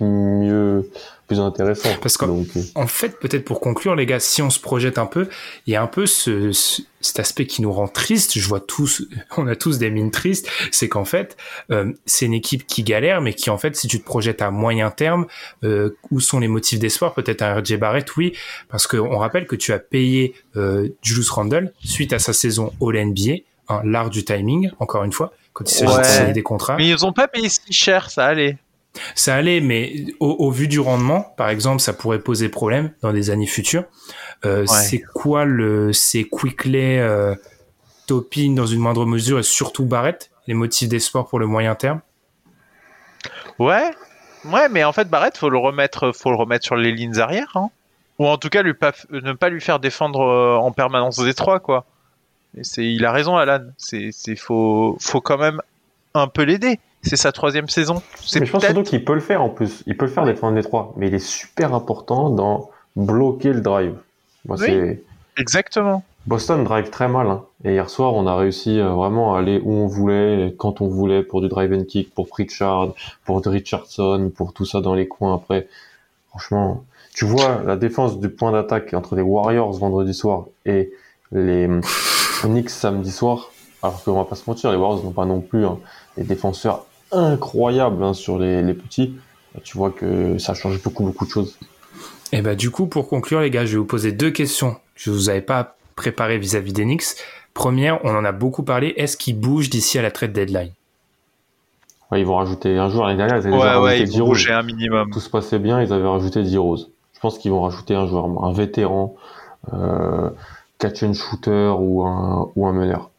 plus intéressant. Parce qu'en fait, peut-être pour conclure, les gars, si on se projette un peu, il y a un peu cet aspect qui nous rend triste. On a tous des mines tristes. C'est qu'en fait, c'est une équipe qui galère, mais qui en fait, si tu te projettes à moyen terme, où sont les motifs d'espoir? Peut-être un RJ Barrett, oui, parce qu'on rappelle que tu as payé Julius Randle suite à sa saison All-NBA, l'art du timing, encore une fois, quand il s'agit de signer des contrats. Mais ils ont pas payé si cher, ça allait. Ça allait, mais au vu du rendement, par exemple, ça pourrait poser problème dans des années futures. C'est quoi c'est Quickley, Topin dans une moindre mesure et surtout Barrett, les motifs d'espoir pour le moyen terme? Ouais, mais en fait Barrett, faut le remettre sur les lignes arrière, ou en tout cas ne pas lui faire défendre en permanence des 3, quoi. Il a raison, Alan. Faut quand même un peu l'aider. C'est sa 3e saison. Mais je pense surtout qu'il peut le faire en plus. Il peut le faire défendre les 3, mais il est super important dans bloquer le drive. Exactement. Boston drive très mal. Et hier soir, on a réussi vraiment à aller où on voulait, quand on voulait, pour du drive and kick, pour Pritchard, pour Richardson, pour tout ça dans les coins après. Franchement, tu vois la défense du point d'attaque entre les Warriors vendredi soir et les Knicks samedi soir, alors qu'on va pas se mentir, les Warriors n'ont pas non plus des défenseurs incroyables sur les petits. Et tu vois que ça change beaucoup de choses. Et du coup, pour conclure, les gars, je vais vous poser 2 questions que je vous avais pas préparées vis-à-vis des Knicks. Première, on en a beaucoup parlé. Est-ce qu'ils bougent d'ici à la trade deadline? Ouais, ils vont rajouter un joueur. L'année dernière, ils avaient déjà rajouté 10 roses. Bouger un minimum. Tout se passait bien, ils avaient rajouté 10 roses. Je pense qu'ils vont rajouter un joueur, un vétéran, catch and shooter ou un meneur.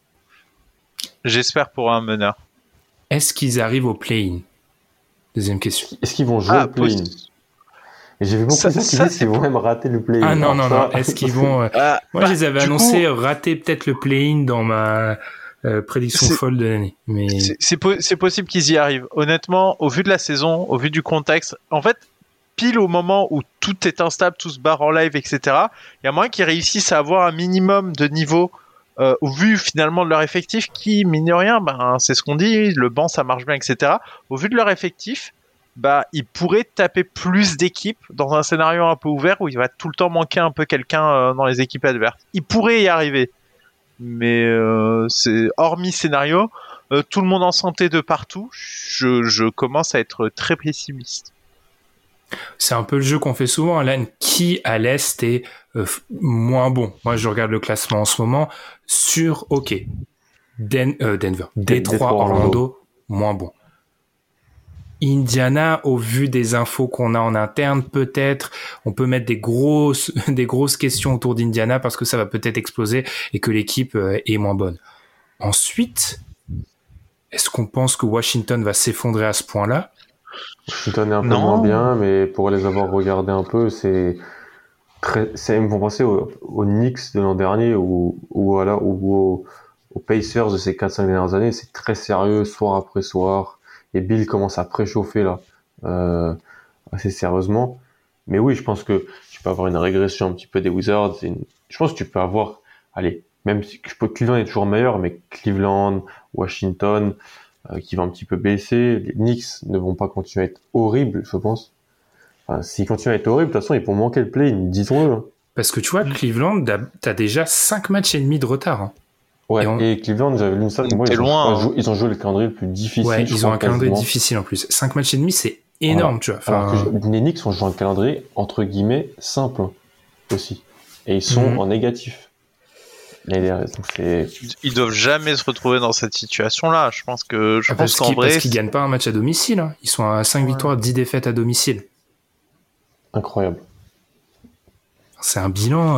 J'espère pour un meneur. Est-ce qu'ils arrivent au play-in? Deuxième question. Est-ce qu'ils vont jouer au play-in? Et j'ai vu beaucoup de gens qui disent qu'ils vont même rater le play-in. Ah non. Est-ce qu'ils vont... Moi, je les avais annoncés rater peut-être le play-in dans ma prédiction folle de l'année. Mais... C'est possible qu'ils y arrivent. Honnêtement, au vu de la saison, au vu du contexte, en fait, pile au moment où tout est instable, tout se barre en live, etc., il y a moyen qu'ils réussissent à avoir un minimum de niveau au vu finalement de leur effectif qui, mine de rien, c'est ce qu'on dit, le banc ça marche bien, etc. Au vu de leur effectif, ils pourraient taper plus d'équipes dans un scénario un peu ouvert où il va tout le temps manquer un peu quelqu'un dans les équipes adverses. Ils pourraient y arriver, mais c'est hormis scénario, tout le monde en santé de partout, je commence à être très pessimiste. C'est un peu le jeu qu'on fait souvent, Alan. Qui à l'Est est moins bon? Moi, je regarde le classement en ce moment sur, Denver, Détroit, Orlando, moins bon. Indiana, au vu des infos qu'on a en interne, peut-être, on peut mettre des grosses questions autour d'Indiana parce que ça va peut-être exploser et que l'équipe est moins bonne. Ensuite, est-ce qu'on pense que Washington va s'effondrer à ce point-là? Washington est un peu moins bien, mais pour les avoir regardés un peu, ils me font penser aux Knicks de l'an dernier ou aux Pacers de ces 4-5 dernières années. C'est très sérieux, soir après soir. Et Bill commence à préchauffer là, assez sérieusement. Mais oui, je pense que tu peux avoir une régression un petit peu des Wizards. Je pense que tu peux avoir, même si Cleveland est toujours meilleur, mais Cleveland, Washington, qui va un petit peu baisser. Les Knicks ne vont pas continuer à être horribles, je pense. Enfin, s'ils continuent à être horribles, de toute façon, ils vont manquer le play-in, disons-le. Parce que tu vois, Cleveland, t'as déjà 5 matchs et demi de retard. Hein. Ouais, et Cleveland, j'avais lu ça, moi, ils ont joué le calendrier le plus difficile. Ouais, ils ont un calendrier difficile en plus. 5 matchs et demi, c'est énorme, tu vois. Alors que les Knicks ont joué un calendrier, entre guillemets, simple aussi. Et ils sont en négatif. Donc ils doivent jamais se retrouver dans cette situation-là. Je pense qu'en vrai. Parce qu'ils gagnent pas un match à domicile. Hein. Ils sont à 5 victoires, 10 défaites à domicile. Incroyable. C'est un bilan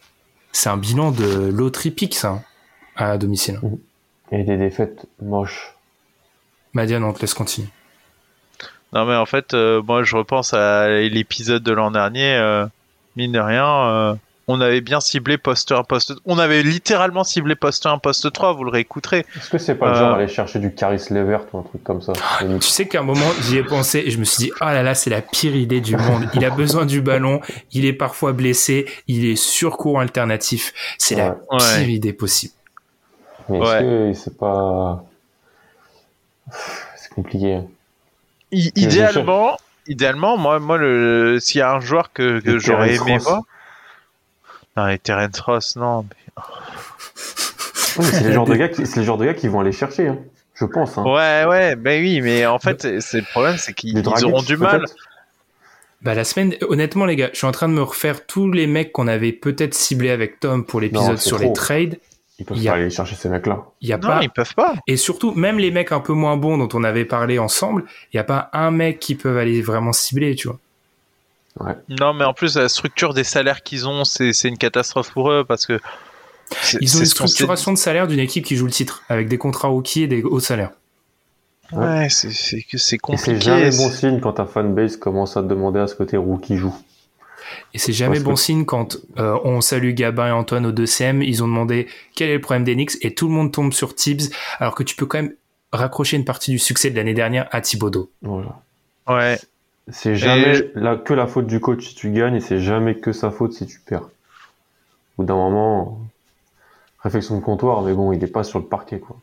de loterie pique, ça. À domicile. Et des défaites moches. Madiane, on te laisse continuer. Non mais en fait, moi je repense à l'épisode de l'an dernier, mine de rien, on avait bien ciblé poste 1, poste 2. On avait littéralement ciblé poste 1, poste 3, vous le réécouterez. Est-ce que c'est pas le genre aller chercher du Caris Levert ou un truc comme ça? Tu sais qu'à un moment, j'y ai pensé et je me suis dit, oh là là, c'est la pire idée du monde. Il a besoin du ballon, il est parfois blessé, il est sur courant alternatif. C'est la pire idée possible. Mais est-ce que c'est pas... C'est compliqué. Idéalement, moi, s'il y a un joueur que j'aurais aimé voir... Non, et Terence Ross, non. Mais... c'est le genre de gars qui vont aller chercher, hein, je pense. Hein. Ouais, ben oui, mais en fait, le problème, c'est qu'ils auront du mal. Bah la semaine, honnêtement les gars, je suis en train de me refaire tous les mecs qu'on avait peut-être ciblés avec Tom pour l'épisode sur les trades. Ils peuvent pas aller chercher ces mecs-là. Ils peuvent pas. Et surtout, même les mecs un peu moins bons dont on avait parlé ensemble, il y a pas un mec qui peut aller vraiment cibler, tu vois. Ouais. Non, mais en plus, la structure des salaires qu'ils ont, c'est une catastrophe pour eux parce que ils ont une structuration de salaire d'une équipe qui joue le titre avec des contrats rookies et des hauts salaires. Ouais, c'est compliqué. Et c'est jamais bon signe quand ta fanbase commence à te demander à ce que tes rookies jouent. Et c'est jamais bon signe quand on salue Gabin et Antoine au 2CM, ils ont demandé quel est le problème des Knicks et tout le monde tombe sur Tibbs, alors que tu peux quand même raccrocher une partie du succès de l'année dernière à Thibodeau. Voilà. Ouais. C'est jamais que la faute du coach si tu gagnes et c'est jamais que sa faute si tu perds. Au bout d'un moment, réflexion de comptoir, mais bon, il est pas sur le parquet, quoi.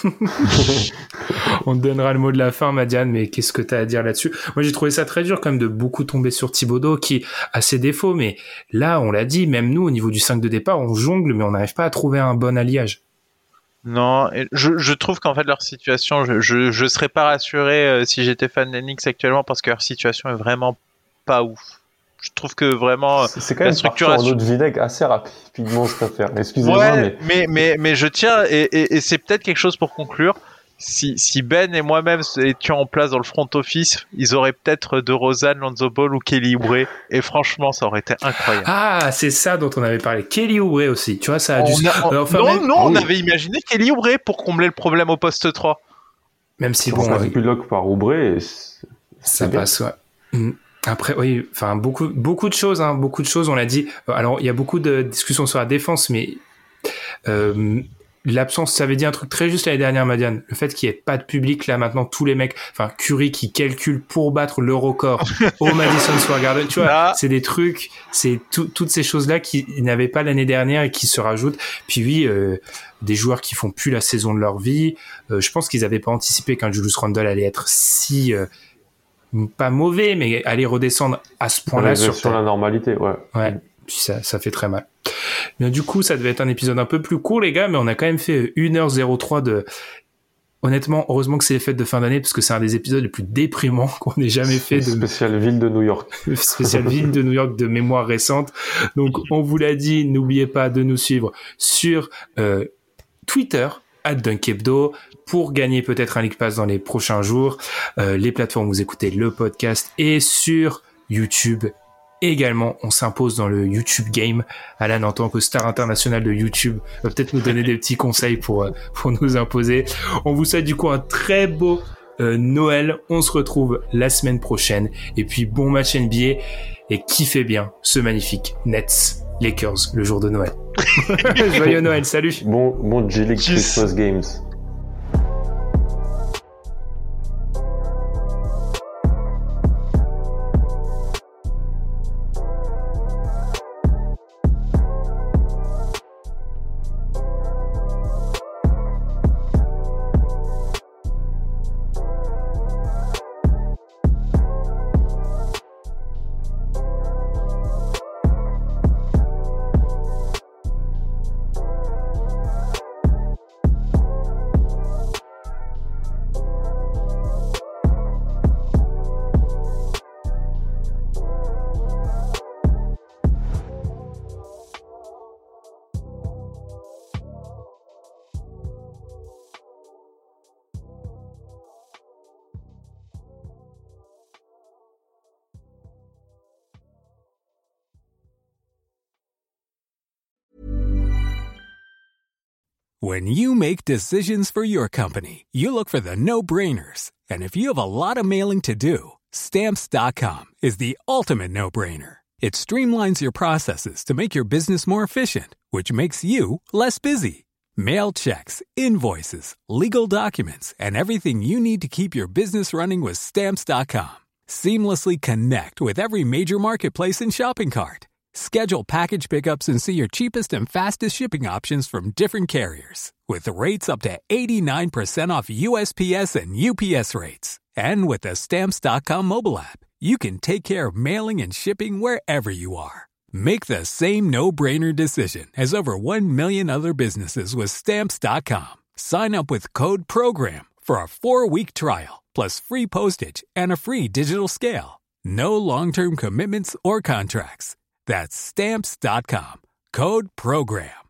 On te donnera le mot de la fin, Madiane, mais qu'est-ce que tu as à dire là-dessus? Moi, j'ai trouvé ça très dur quand même de beaucoup tomber sur Thibodeau qui a ses défauts, mais là, on l'a dit, même nous, au niveau du 5 de départ, on jongle, mais on n'arrive pas à trouver un bon alliage. Non, je trouve qu'en fait leur situation, je serais pas rassuré si j'étais fan des Knicks actuellement parce que leur situation est vraiment pas ouf. Je trouve que vraiment c'est quand même la structuration en eau de vinaigre assez rapidement cette affaire. Excusez-moi, mais je tiens et c'est peut-être quelque chose pour conclure. Si Ben et moi-même étions en place dans le front office, ils auraient peut-être DeRozan, Lonzo Ball ou Kelly Oubre. Et franchement, ça aurait été incroyable. Ah, c'est ça dont on avait parlé. Kelly Oubre aussi. Tu vois, ça a dû... on avait imaginé Kelly Oubre pour combler le problème au poste 3. Même si bon... On plus de lock par Oubre et ça passe, ouais. Après, oui, enfin, beaucoup de choses, hein, beaucoup de choses, on l'a dit. Alors, il y a beaucoup de discussions sur la défense, mais... l'absence, ça avait dit un truc très juste l'année dernière, Madiane. Le fait qu'il n'y ait pas de public, là, maintenant, tous les mecs, enfin, Curry qui calcule pour battre le record au Madison Square Garden, tu vois, c'est des trucs, c'est toutes ces choses-là qui n'avaient pas l'année dernière et qui se rajoutent. Puis oui, des joueurs qui font plus la saison de leur vie. Je pense qu'ils n'avaient pas anticipé qu'un Julius Randle allait être si, pas mauvais, mais aller redescendre à ce point-là sur la normalité, ouais. Ouais. Puis ça fait très mal. Mais du coup, ça devait être un épisode un peu plus court, les gars, mais on a quand même fait 1h03 de... Honnêtement, heureusement que c'est les fêtes de fin d'année, parce que c'est un des épisodes les plus déprimants qu'on ait jamais fait. Spéciale ville de New York. Spéciale ville de New York de mémoire récente. Donc, on vous l'a dit, n'oubliez pas de nous suivre sur Twitter, @dunkebdo pour gagner peut-être un League Pass dans les prochains jours. Les plateformes où vous écoutez le podcast et sur YouTube également. On s'impose dans le YouTube game. Alan, en tant que star international de YouTube, va peut-être nous donner des petits conseils pour nous imposer. On vous souhaite du coup un très beau Noël. On se retrouve la semaine prochaine. Et puis bon match NBA et kiffez bien ce magnifique Nets Lakers le jour de Noël. Joyeux Noël, salut. Bon G-League Christmas Games. When you make decisions for your company, you look for the no-brainers. And if you have a lot of mailing to do, Stamps.com is the ultimate no-brainer. It streamlines your processes to make your business more efficient, which makes you less busy. Mail checks, invoices, legal documents, and everything you need to keep your business running with Stamps.com. Seamlessly connect with every major marketplace and shopping cart. Schedule package pickups and see your cheapest and fastest shipping options from different carriers. With rates up to 89% off USPS and UPS rates. And with the Stamps.com mobile app, you can take care of mailing and shipping wherever you are. Make the same no-brainer decision as over 1 million other businesses with Stamps.com. Sign up with code PROGRAM for a 4-week trial, plus free postage and a free digital scale. No long-term commitments or contracts. That's Stamps.com. Code PROGRAM.